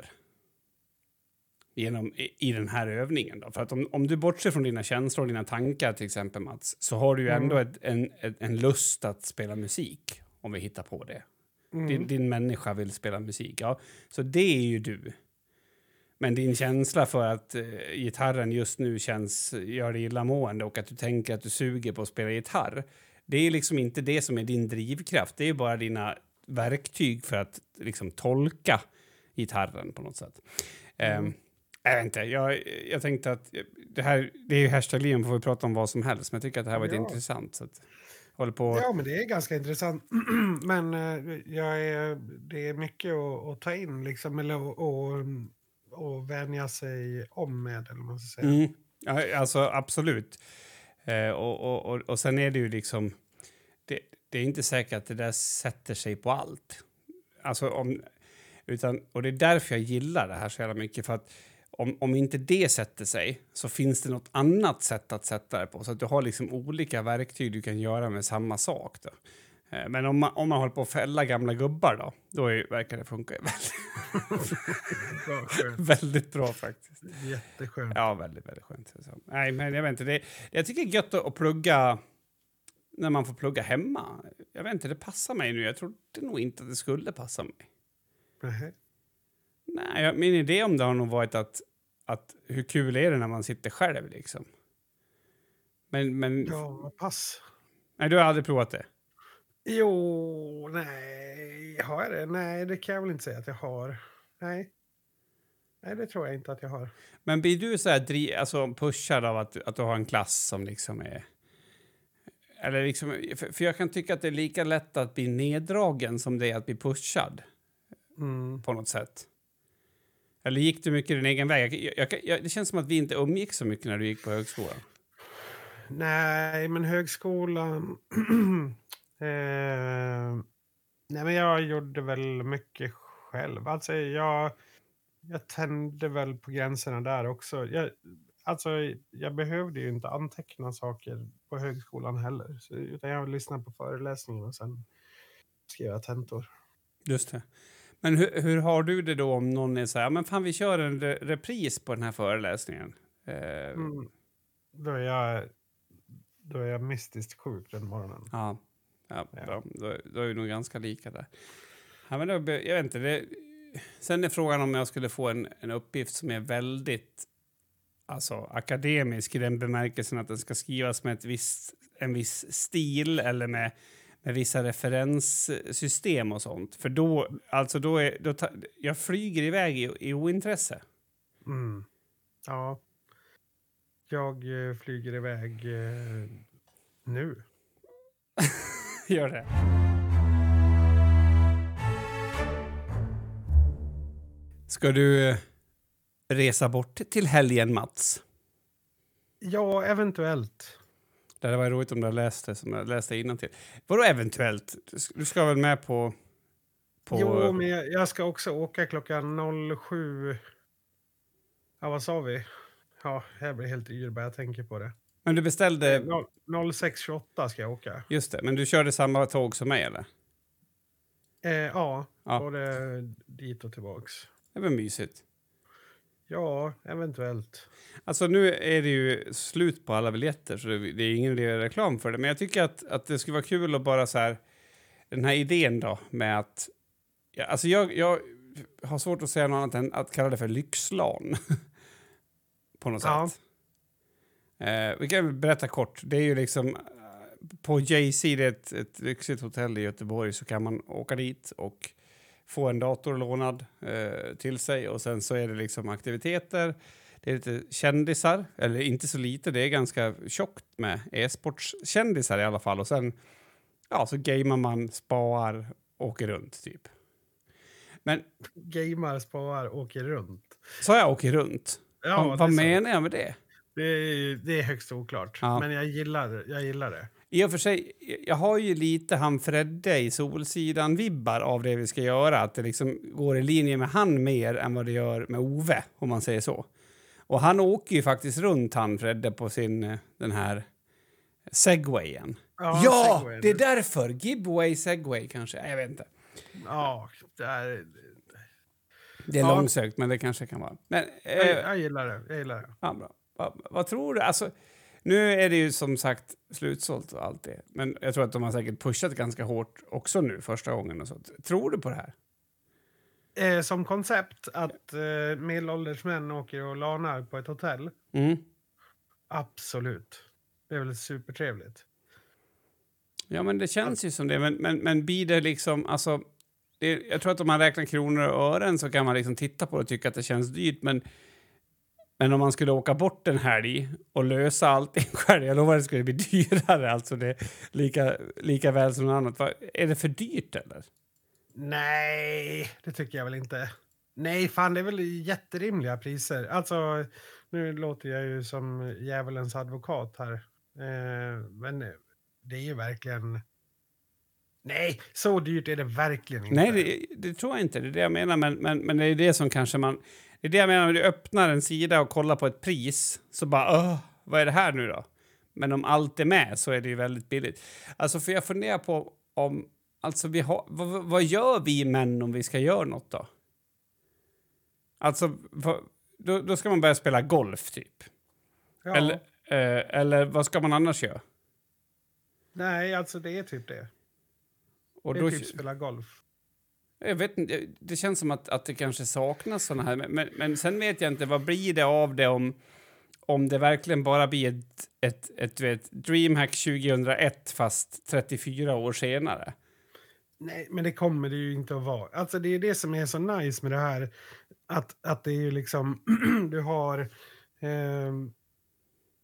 I den här övningen då. För att om du bortser från dina känslor och dina tankar till exempel, Mats, så har du ju ändå en lust att spela musik, om vi hittar på det. Din människa vill spela musik, ja. Så det är ju du. Men din känsla för att gitarren just nu gör dig illamående och att du tänker att du suger på att spela gitarr, det är liksom inte det som är din drivkraft. Det är bara dina verktyg för att liksom tolka gitarren på något sätt. Jag vet inte. Jag tänkte att det är ju hashtag-liven, får vi prata om vad som helst. Men jag tycker att det här var intressant. Så att, håller på... Ja, men det är ganska intressant. Men det är mycket att ta in liksom, eller och vänja sig om med, eller man ska säga. Ja, alltså absolut. Och sen är det ju liksom... Det är inte säkert att det där sätter sig på allt. Alltså och det är därför jag gillar det här så jävla mycket. För att om inte det sätter sig så finns det något annat sätt att sätta det på. Så att du har liksom olika verktyg du kan göra med samma sak då. Men om man håller på att fälla gamla gubbar då verkar det funka väldigt bra faktiskt. Jätteskönt. Ja, väldigt, väldigt skönt. Nej, men jag vet inte. Jag tycker det är gött att plugga när man får plugga hemma. Jag vet inte, det passar mig nu. Jag trodde nog inte att det skulle passa mig. Nej, min idé om det har nog varit att hur kul är det när man sitter själv liksom. Men ja, pass. Nej, du har aldrig provat det? Jo, nej. Har jag det? Nej, det kan jag väl inte säga att jag har. Nej, det tror jag inte att jag har. Men blir du så här pushad av att du har en klass som liksom eller liksom, för jag kan tycka att det är lika lätt att bli neddragen som det är att bli pushad. På något sätt. Eller gick du mycket din egen väg? Det känns som att vi inte umgick så mycket när du gick på högskolan. Nej, men högskolan... nej, men jag gjorde väl mycket själv. Alltså, jag tände väl på gränserna där också. Jag behövde ju inte anteckna saker på högskolan heller. Utan jag lyssnade på föreläsningen och sen skrev jag tentor. Just det. Men hur har du det då om någon är så här, men fan vi kör en repris på den här föreläsningen? Då är jag mystiskt sjuk den morgonen. Ja, bra. Då är vi nog ganska lika där. Ja, men då, jag vet inte, sen är frågan om jag skulle få en uppgift som är väldigt akademisk i den bemärkelsen att den ska skrivas med en viss stil eller med vissa referenssystem och sånt. För jag flyger iväg i ointresse. Ja. Jag flyger iväg nu. Gör det. Ska du resa bort till helgen, Mats? Ja, eventuellt. Det var roligt om du läste innantill. Vadå eventuellt? Du ska väl med på... Jo, men jag ska också åka klockan 07. Ja, vad sa vi? Ja, jag blir helt yr bara jag tänker på det. Men du beställde... 06:28 ska jag åka. Just det, men du körde samma tåg som mig, eller? Ja, både dit och tillbaks. Det var mysigt. Ja, eventuellt. Alltså nu är det ju slut på alla biljetter så det är ingen reklam för det. Men jag tycker att det skulle vara kul att bara så här... Den här idén då med att... Alltså jag har svårt att säga något annat än att kalla det för lyxlan. På något sätt. Vi kan berätta kort. Det är ju liksom... På JC, det är ett lyxigt hotell i Göteborg, så kan man åka dit och få en dator lånad till sig. Och sen så är det liksom aktiviteter. Det är lite kändisar, eller inte så lite, det är ganska tjockt med e-sportskändisar i alla fall. Och sen så gamer man, spaar, åker runt typ. Men gamer, spaar, åker runt. Så jag åker runt? Ja, vad menar jag med det? Det är högst oklart, men jag gillar det. I och för sig, jag har ju lite han Fredde i Solsidan-vibbar av det vi ska göra. Att det liksom går i linje med han mer än vad det gör med Ove, om man säger så. Och han åker ju faktiskt runt han Fredde på den här Segwayen. Ja, Segwayen. Det är därför. Giveaway Segway kanske, jag vet inte. Ja, det är långsökt, men det kanske kan vara. Men, jag gillar det. Ja, bra. Vad tror du? Alltså, nu är det ju som sagt slutsålt och allt det. Men jag tror att de har säkert pushat ganska hårt också nu första gången. Och så. Tror du på det här? Som koncept att medelålders män åker och lanar på ett hotell? Absolut. Det är väl supertrevligt. Ja, men det känns ju som det. Men blir det liksom... Alltså, jag tror att om man räknar kronor och ören så kan man liksom titta på det och tycka att det känns dyrt. Men om man skulle åka bort den här och lösa allting själv, jag lovar att det skulle bli dyrare. Alltså det lika väl som något annat. Är det för dyrt eller? Nej, det tycker jag väl inte. Nej, fan det är väl jätterimliga priser. Alltså, nu låter jag ju som djävulens advokat här. Men det är ju verkligen... Nej, så dyrt är det verkligen inte. Nej, det tror jag inte. Det är det jag menar. Men det är det som kanske man... Det är det jag menar, när du öppnar en sida och kollar på ett pris så bara, vad är det här nu då? Men om allt är med så är det ju väldigt billigt. Alltså för jag funderar på om, alltså vad gör vi män om vi ska göra något då? Alltså, då ska man börja spela golf typ. Ja. Eller vad ska man annars göra? Nej, alltså det är typ det. Och det är typ spela golf. Jag vet inte, det känns som att det kanske saknas såna här. Men sen vet jag inte, vad blir det av det om det verkligen bara blir ett DreamHack 2001 fast 34 år senare? Nej, men det kommer det ju inte att vara. Alltså det är det som är så nice med det här. Att det är ju liksom, du har...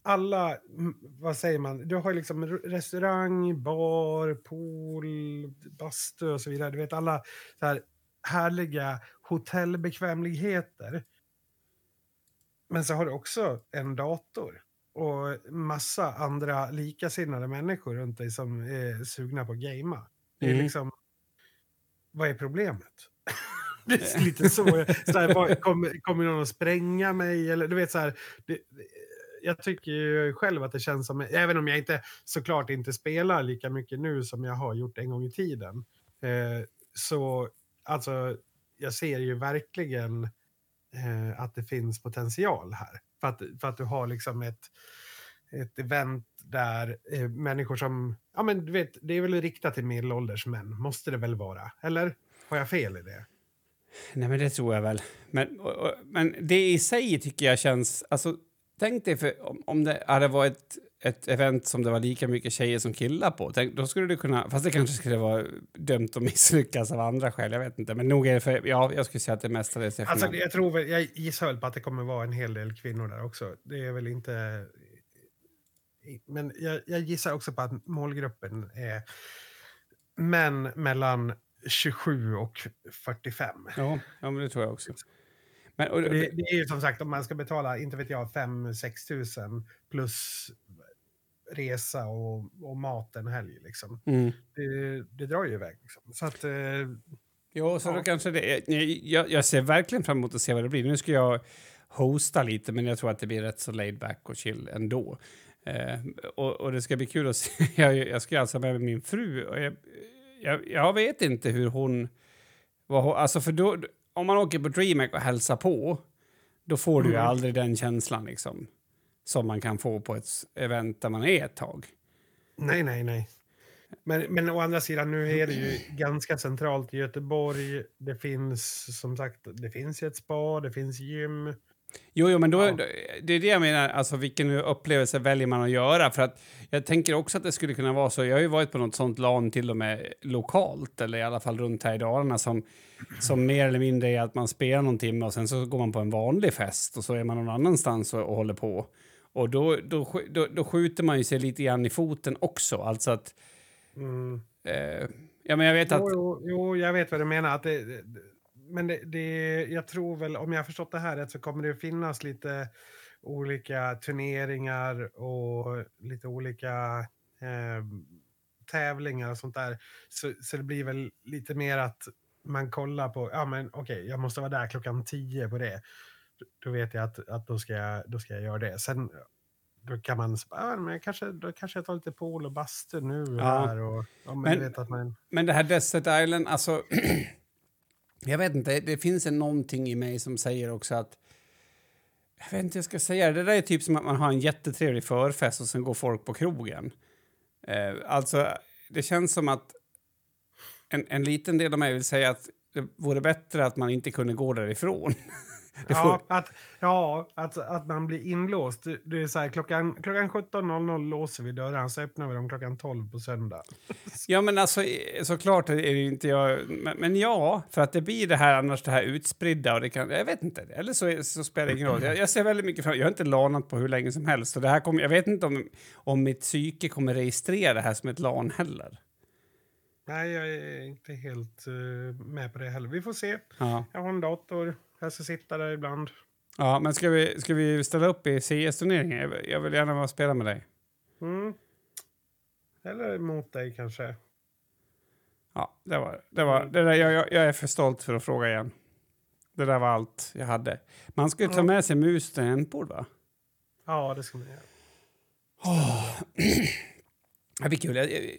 alla, vad säger man, du har liksom restaurang, bar, pool, bastu och så vidare. Du vet alla så här härliga hotellbekvämligheter. Men så har du också en dator och massa andra likasinnade människor runt dig som är sugna på att gamea. Det är liksom, vad är problemet? Det är lite så här, kommer någon att spränga mig? Eller du vet så här, jag tycker ju själv att det känns som, även om jag inte såklart inte spelar lika mycket nu som jag har gjort en gång i tiden. Så alltså, jag ser ju verkligen att det finns potential här. För att du har liksom ett event där människor som, ja men du vet, det är väl riktat till medelålders män, måste det väl vara? Eller har jag fel i det? Nej, men det tror jag väl. Men det i sig tycker jag känns... Alltså, tänk dig för om det hade varit ett event som det var lika mycket tjejer som killar på. Då skulle det kunna... Fast det kanske skulle vara dömt att misslyckas av andra skäl, jag vet inte. Men nog är det för... Ja, jag skulle säga att det mesta är... Alltså, jag gissar väl på att det kommer vara en hel del kvinnor där också. Det är väl inte... Men jag gissar också på att målgruppen är män mellan 27 och 45. Ja, men det tror jag också. Men, det är ju som sagt, om man ska betala, inte vet jag, 5-6 tusen plus resa och mat en helg liksom. Det drar ju iväg liksom. Så att... Jo, så då kanske det är... Jag ser verkligen fram emot att se vad det blir. Nu ska jag hosta lite, men jag tror att det blir rätt så laid back och chill ändå. Och det ska bli kul att se. Jag ska alltså med min fru. Och jag vet inte hur hon... Alltså för då, om man åker på DreamHack och hälsar på, då får du ju aldrig den känslan liksom, som man kan få på ett event där man är ett tag. Nej. Men å andra sidan, nu är det ju ganska centralt i Göteborg. Det finns, som sagt, det finns ett spa, det finns gym. Jo, men då, det är det jag menar, alltså vilken upplevelse väljer man att göra? För att jag tänker också att det skulle kunna vara så, jag har ju varit på något sånt LAN till och med lokalt, eller i alla fall runt här i Dalarna, som mer eller mindre är att man spelar någon timme och sen så går man på en vanlig fest och så är man någon annanstans och håller på. Och då skjuter man ju sig lite grann i foten också, alltså att... ja, men jag vet att... Jo, jag vet vad du menar, att men jag tror väl, om jag har förstått det här rätt, så kommer det att finnas lite olika turneringar och lite olika tävlingar och sånt där. Så det blir väl lite mer att man kollar på, ja men okej, jag måste vara där 10:00 på det. Då vet jag att då ska jag göra det. Sen då kan man, men då kanske jag tar lite pool och bastu nu här. Och, men vet att man... men det här Desert Island, alltså... Jag vet inte, det finns någonting i mig som säger också att... Jag vet inte, jag ska säga det där är typ som att man har en jättetrevlig förfest och sen går folk på krogen. Alltså, det känns som att en liten del av mig vill säga att det vore bättre att man inte kunde gå därifrån. Att man blir inlåst. Det är så här, klockan 17:00 låser vi dörren, så öppnar vi dem klockan 12 på söndag. Ja, men alltså såklart är det ju inte jag. Men ja, för att det blir det här annars, det här utspridda och det kan, jag vet inte. Eller så spelar det ingen roll. Jag ser väldigt mycket fram. Jag har inte lanat på hur länge som helst. Och det här jag vet inte om mitt psyke kommer registrera det här som ett lan heller. Nej, jag är inte helt med på det heller. Vi får se. Ja. Jag har en dator. Jag ska sitta där ibland. Ja, men ska vi ställa upp i CS-turneringen? Jag vill gärna vara och spela med dig. Eller mot dig kanske. Ja, det där, jag är för stolt för att fråga igen. Det där var allt jag hade. Man ska ju ta med sig mus till tangentbord, va? Ja, det ska man göra. Det blir kul.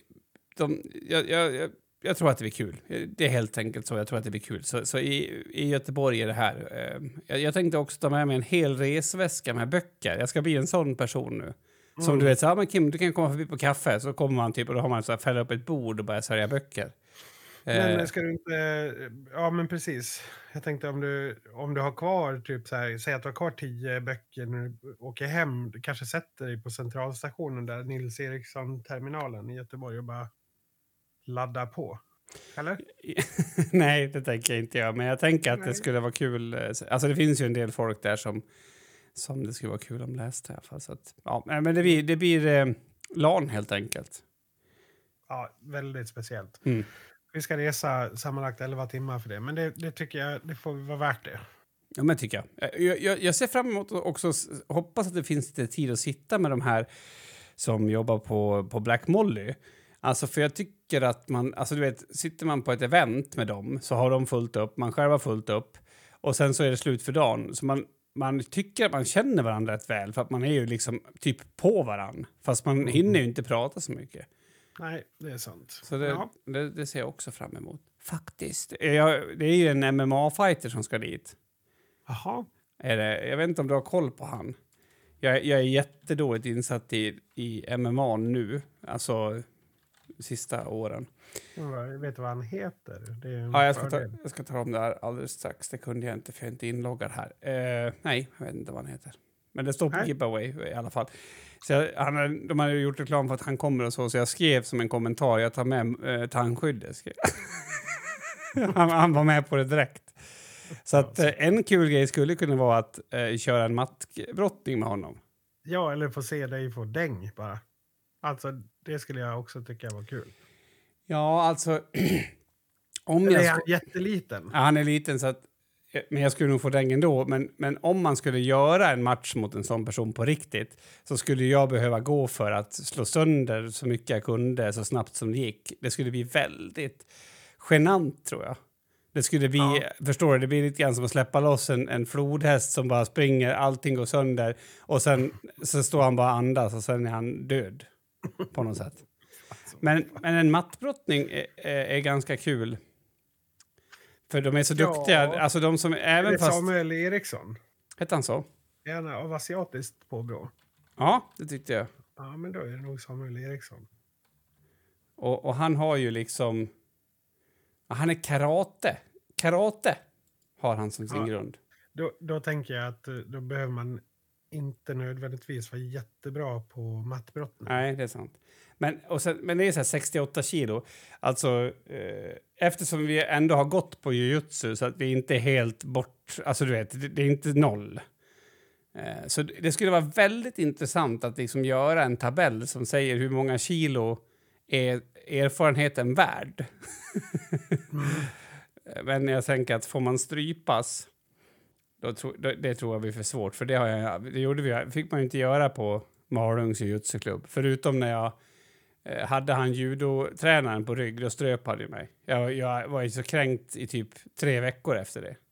Jag tror att det blir kul. Det är helt enkelt så. Jag tror att det blir kul. Så i Göteborg är det här. Jag tänkte också ta med mig en hel resväska med böcker. Jag ska bli en sån person nu. Som du vet, så här, men Kim, du kan komma förbi på kaffe. Så kommer man typ, och då har man så här, fäller upp ett bord och börjar sälja böcker. Men ska du inte... Ja, men precis. Jag tänkte om du har kvar, typ så här, säg att du har kvar 10 böcker när du åker hem. Du kanske sätter dig på centralstationen där, Nils Eriksson-terminalen i Göteborg, och bara ladda på. Eller? Nej, det tänker jag inte göra. Men jag tänker att det skulle vara kul. Alltså det finns ju en del folk där som det skulle vara kul om läste i alla fall. Så att, ja, men det blir LAN helt enkelt. Ja, väldigt speciellt. Mm. Vi ska resa sammanlagt 11 timmar för det. Men det tycker jag, det får vara värt det. Ja, men tycker jag. Jag ser fram emot också, hoppas att det finns lite tid att sitta med de här som jobbar på Black Molly. Alltså för jag tycker att man, alltså du vet, sitter man på ett event med dem så har de fullt upp, man själv har fullt upp och sen så är det slut för dagen. Så man tycker att man känner varandra rätt väl för att man är ju liksom typ på varann. Fast man hinner ju inte prata så mycket. Nej, det är sant. Så det ser jag också fram emot. Faktiskt. Det är ju en MMA-fighter som ska dit. Jaha. Jag vet inte om du har koll på han. Jag är jättedåligt insatt i MMA nu. Alltså sista åren. Vet du vad han heter? Det är Ja, jag ska ta om det här alldeles strax. Det kunde jag inte för jag är inte inloggad här. Nej, jag vet inte vad han heter. Men det står på giveaway i alla fall. Så de hade gjort reklam för att han kommer och så jag skrev som en kommentar. Jag tar med tandskyddet. Han var med på det direkt. Så att en kul grej skulle kunna vara att köra en mattbrottning med honom. Ja, eller få se dig få däng bara. Alltså, det skulle jag också tycka var kul. Ja, alltså... är han jätteliten? Ja, han är liten så att... Men jag skulle nog få däng ändå. Men om man skulle göra en match mot en sån person på riktigt så skulle jag behöva gå för att slå sönder så mycket jag kunde så snabbt som det gick. Det skulle bli väldigt genant, tror jag. Det skulle bli, förstår du, det blir lite grann som att släppa loss en flodhäst som bara springer, allting går sönder och sen så står han bara andas och sen är han död på något sätt. Men en mattbrottning är ganska kul. För de är så duktiga, alltså de som även fast... Samuel Eriksson. Hette han så? Gärna av asiatiskt påbrå. Ja, det tyckte jag. Ja, men då är det nog Samuel Eriksson. Och han har ju liksom... Han är karate. Karate har han som sin grund. Då tänker jag att då behöver man inte nödvändigtvis vara jättebra på mattbrottning. Nej, det är sant. Men det är så här 68 kilo. Alltså, eftersom vi ändå har gått på jujutsu så att vi inte är helt bort... Alltså du vet, det är inte noll. Så det skulle vara väldigt intressant att liksom göra en tabell som säger hur många kilo är erfarenheten värd. Men jag tänker att får man strypas det tror jag blir för svårt. För det fick man ju inte göra på Malungs jujutsu-klubb. Förutom när jag hade han judotränaren på rygg, då ströp han ju mig. Jag var ju så kränkt i typ 3 veckor efter det.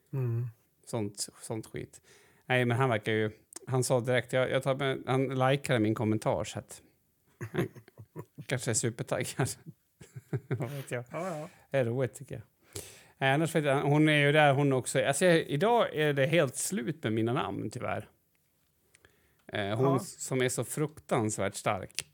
Sånt skit. Nej, men han verkar ju... Han sa direkt, han likade min kommentar så att... Han kanske är supertaggad. Vad vet jag. Ja. Det är roligt tycker jag. Annars vet jag, hon är ju där hon också. Alltså, idag är det helt slut med mina namn tyvärr. Hon som är så fruktansvärt stark.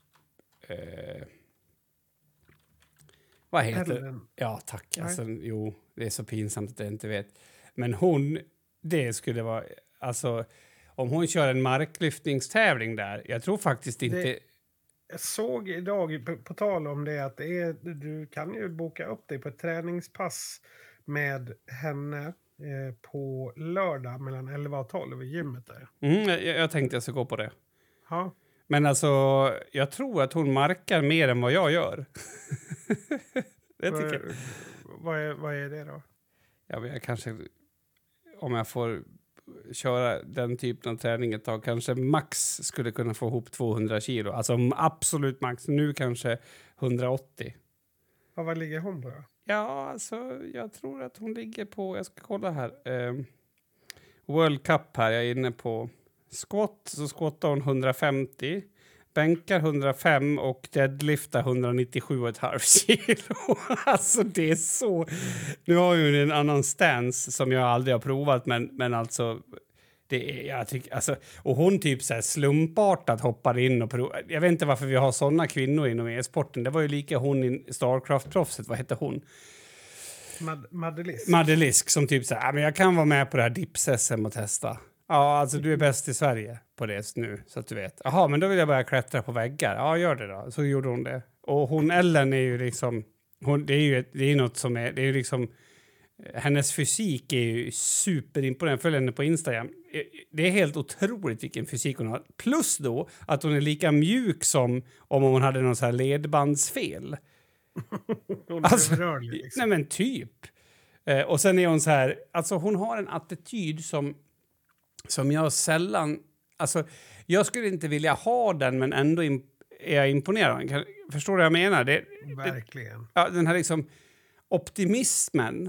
Vad heter det? Ja, tack. Alltså, jo, det är så pinsamt att jag inte vet. Men det skulle vara... Alltså, om hon kör en marklyftningstävling där, jag tror faktiskt inte... Jag såg idag, på tal om det, att du kan ju boka upp dig på ett träningspass med henne på lördag mellan 11 och 12 i gymmet där. Jag tänkte jag ska gå på det. Ja. Men alltså, jag tror att hon markar mer än vad jag gör. Det tycker jag. Vad är det då? Ja, jag kanske, om jag får köra den typen av träning ett tag, kanske max skulle kunna få ihop 200 kilo. Alltså absolut max. Nu kanske 180. Ja, vad ligger hon på då? Ja, alltså jag tror att hon ligger på, jag ska kolla här. World Cup här, jag är inne på squat, så squattar hon 150. Bänkar 105 och deadliftar 197,5 kilo. Alltså det är så... Nu har ju en annan stance som jag aldrig har provat, men alltså... Jag tycker, alltså, och hon typ så här slumpartat hoppar in och provar. Jag vet inte varför vi har såna kvinnor inom e-sporten. Det var ju lika hon i Starcraft-proffset. Vad hette hon? Madelisk. Madelisk som typ så här, men jag kan vara med på det här dips-SM och testa. Ja, alltså du är bäst i Sverige på det nu, så att du vet. Jaha, men då vill jag börja klättra på väggar. Ja, gör det då. Så gjorde hon det. Och hon Ellen är ju liksom... Det är något som är... Det är ju liksom Hennes fysik är ju superimponerande. Jag följer henne på Instagram. Det är helt otroligt vilken fysik hon har. Plus då att hon är lika mjuk som om hon hade någon så här ledbandsfel. Hon är överrörlig, liksom. Nej men typ. Och sen är hon så här, alltså hon har en attityd som jag sällan, alltså jag skulle inte vilja ha den men ändå är jag imponerad. Förstår du vad jag menar? Verkligen. Ja, den här liksom optimismen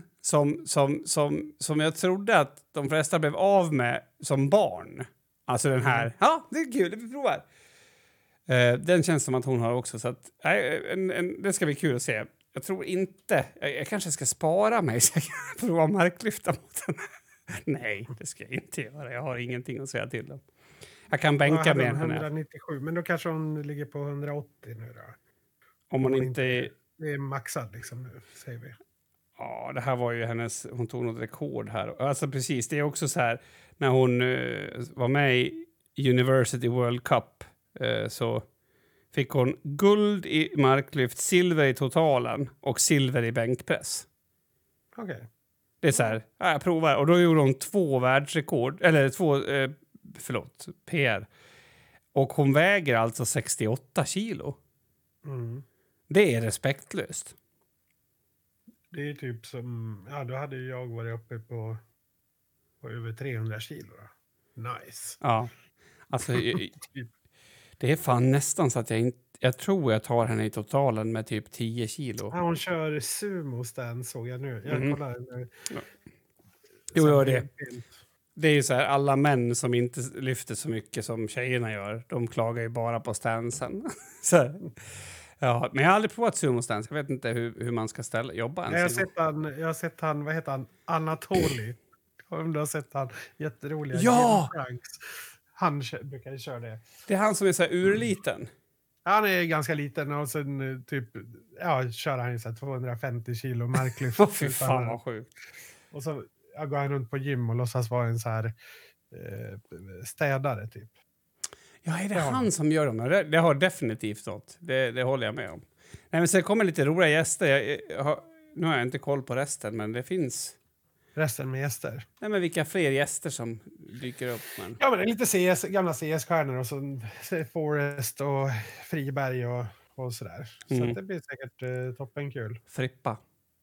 som jag trodde att de flesta blev av med som barn. Alltså den här, ja det är kul, vi provar. Den känns som att hon har också, så att det ska bli kul att se. Jag tror inte, jag kanske ska spara mig så jag kan prova marklyfta mot den. Nej, det ska jag inte göra. Jag har ingenting att säga till dem. Jag kan bänka med henne. 197, men då kanske hon ligger på 180 nu då. Om hon inte är maxad liksom nu, säger vi. Ja, det här var ju hennes, hon tog något rekord här. Alltså precis, det är också så här, när hon var med i University World Cup så fick hon guld i marklyft, silver i totalen och silver i bänkpress. Okej. Det är så här, jag provar. Och då gjorde hon 2 världsrekord, eller 2, PR. Och hon väger alltså 68 kilo. Mm. Det är respektlöst. Det är typ som, ja då hade jag varit uppe på över 300 kilo då. Nice. Ja, alltså det är fan nästan så att jag tror jag tar henne i totalen med typ 10 kilo. Ja, hon kör sumo stand såg jag nu. Jag kollar nu. Ja. Jo, gör det. Det är ju så här, alla män som inte lyfter så mycket som tjejerna gör, de klagar ju bara på stansen. Så här. Ja, men jag har aldrig provat sumo stance. Jag vet inte hur man ska jobba ens. Jag har sett han, vad heter han? Anatoly. Om du har sett han, jätteroliga. Ja! Han brukar ju köra det. Det är han som är så här urliten. Han är ganska liten och sen typ, ja, kör han ju så här 250 kilo marklyft. Fy fan vad sjukt. Och så går han runt på gym och låtsas vara en så här städare typ. Ja, är det han som gör dem? Det har definitivt något. Det håller jag med om. Nej, men sen kommer lite roliga gäster. Nu har jag inte koll på resten, men det finns... Resten med gäster? Nej, men vilka fler gäster som dyker upp? Men... Ja, men det är lite gamla CS-stjärnor och så Forrest och Friberg och sådär. Så det blir säkert toppenkul. Fribbe.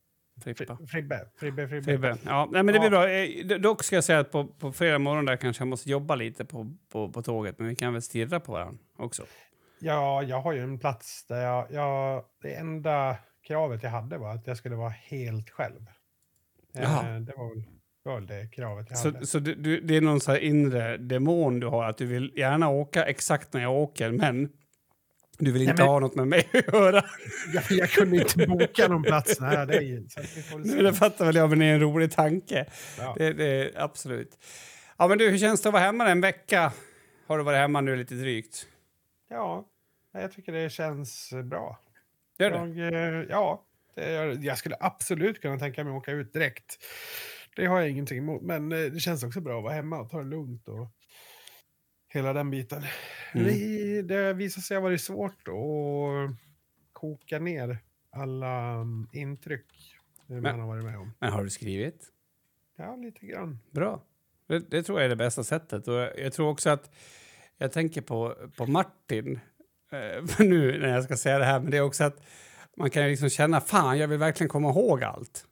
Ja, nej, men det blir bra. Dock ska jag säga att på fredag morgon där kanske jag måste jobba lite på tåget. Men vi kan väl stirra på varandra också. Ja, jag har ju en plats där det enda kravet jag hade var att jag skulle vara helt själv. Det var väl det kravet jag hade. Så det är någon så här inre demon du har, att du vill gärna åka exakt när jag åker, men du vill inte ha något med mig att göra. Jag kunde inte boka någon plats nära dig. Det fattar väl jag, men det är en rolig tanke. Ja. Det är absolut. Ja, men du, hur känns det att vara hemma en vecka? Har du varit hemma nu lite drygt? Ja, jag tycker det känns bra. Gör det? Jag skulle absolut kunna tänka mig att åka ut direkt. Det har jag ingenting emot. Men det känns också bra att vara hemma och ta det lugnt och hela den biten. Det visar sig ha varit svårt att koka ner alla intryck man har varit med om. Men har du skrivit? Ja, lite grann. Bra. Det tror jag är det bästa sättet. Och jag tror också att jag tänker på Martin nu när jag ska säga det här, men det är också att man kan liksom känna, fan, jag vill verkligen komma ihåg allt.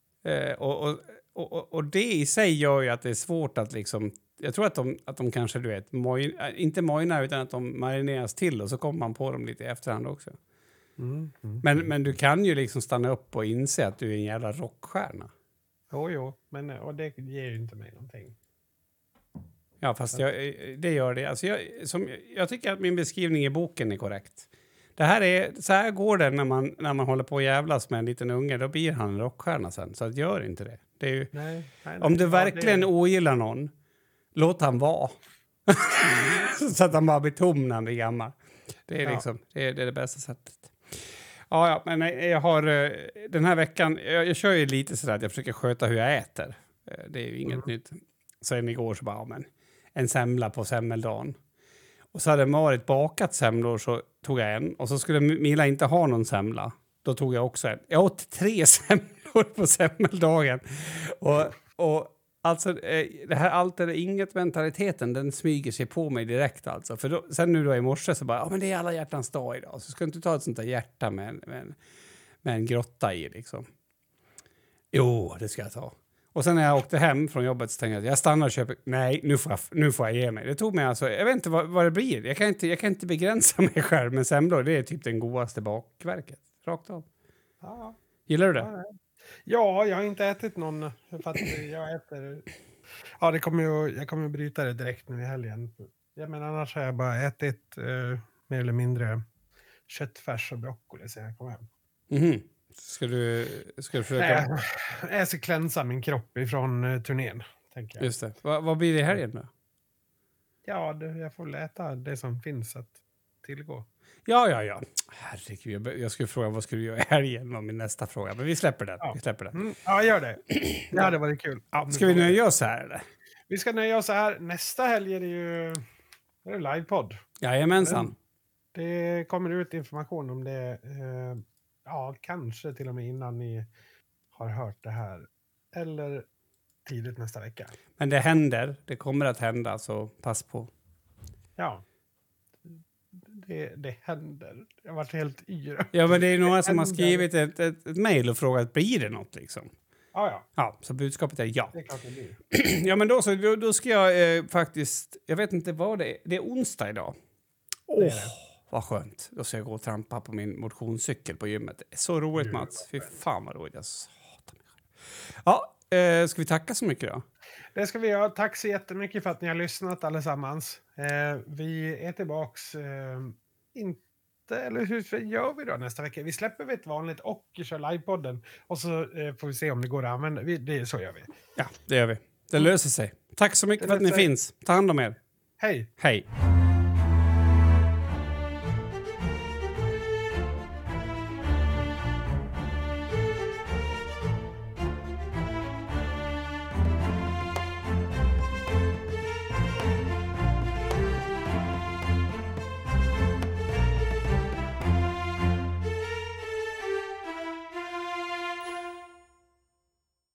Och det i sig gör ju att det är svårt att liksom, jag tror att de kanske, du vet, inte mojnar utan att de marineras till och så kommer man på dem lite i efterhand också. Men du kan ju liksom stanna upp och inse att du är en jävla rockstjärna. Jo, men och det ger ju inte mig någonting. Ja, fast det gör det. Alltså jag tycker att min beskrivning i boken är korrekt. Så här går det när man håller på att jävlas med en liten unge. Då blir han en rockstjärna sen. Så att gör inte det. Det är ju, nej, om du verkligen ogillar någon, låt han vara. Så att han bara blir tom när han blir gammal. Det är liksom, det är det bästa sättet. Ja, men jag har den här veckan, jag kör ju lite sådär att jag försöker sköta hur jag äter. Det är ju inget nytt. Sen igår så bara, en semla på semmeldagen. Och så hade Marit bakat semlor, så tog jag en. Och så skulle Mila inte ha någon semla. Då tog jag också en. Jag åt 3 semlor. på semmeldagen. Och alltså, det här allt eller inget mentaliteten, den smyger sig på mig direkt alltså. För då, sen nu då i morse så bara, ja men det är alla hjärtans dag idag. Så ska du inte ta ett sånt där hjärta med en grotta i liksom. Jo, det ska jag ta. Och sen när jag åkte hem från jobbet så tänkte jag att jag stannar och köper. Nej, nu får jag ge mig. Det tog mig alltså, jag vet inte vad det blir. Jag kan inte begränsa mig själv, men semlor, det är typ den godaste bakverket. Rakt av. Ja. Gillar du det? Ja, jag har inte ätit någon. För att jag äter... Ja, jag kommer att bryta det direkt nu i helgen. Jag menar, annars har jag bara ätit mer eller mindre köttfärs och broccoli sen jag kom hem. Mhm. Ska du försöka? Jag ska klänsa min kropp ifrån turnén, tänker jag. Just det. Vad blir det här igen då? Ja, jag får äta det som finns att tillgå. Ja. Herregud, jag skulle fråga vad skulle du göra här igen om min nästa fråga. Men vi släpper den. Ja. Vi släpper den. Ja, gör det. Det hade varit kul. Ja, ska vi nöja oss här eller? Vi ska nöja oss här. Nästa helg är det ju livepodd. Jajamensan. Det kommer ut information om det. Ja, kanske till och med innan ni har hört det här. Eller tidigt nästa vecka. Men det händer. Det kommer att hända, så pass på. Ja. Det händer. Jag har varit helt yr. Ja, men det är några som har skrivit ett mejl och frågat, blir det något liksom? Ja. Ja, så budskapet är ja. Det är klart det blir. Ja, men då ska jag faktiskt... Jag vet inte vad det är. Det är onsdag idag. Åh, vad skönt. Då ska jag gå och trampa på min motionscykel på gymmet. Det är så roligt, Mats. Fy fan vad roligt. Jag hatar mig själv. Ja, ska vi tacka så mycket då? Det ska vi göra. Tack så jättemycket för att ni har lyssnat allesammans. Vi är tillbaks eller hur gör vi då nästa vecka? Vi släpper ett vanligt och kör livepodden. Och så får vi se om det går att använda. Så gör vi. Ja, det gör vi. Det löser sig. Tack så mycket för att ni finns. Ta hand om er. Hej! Hej!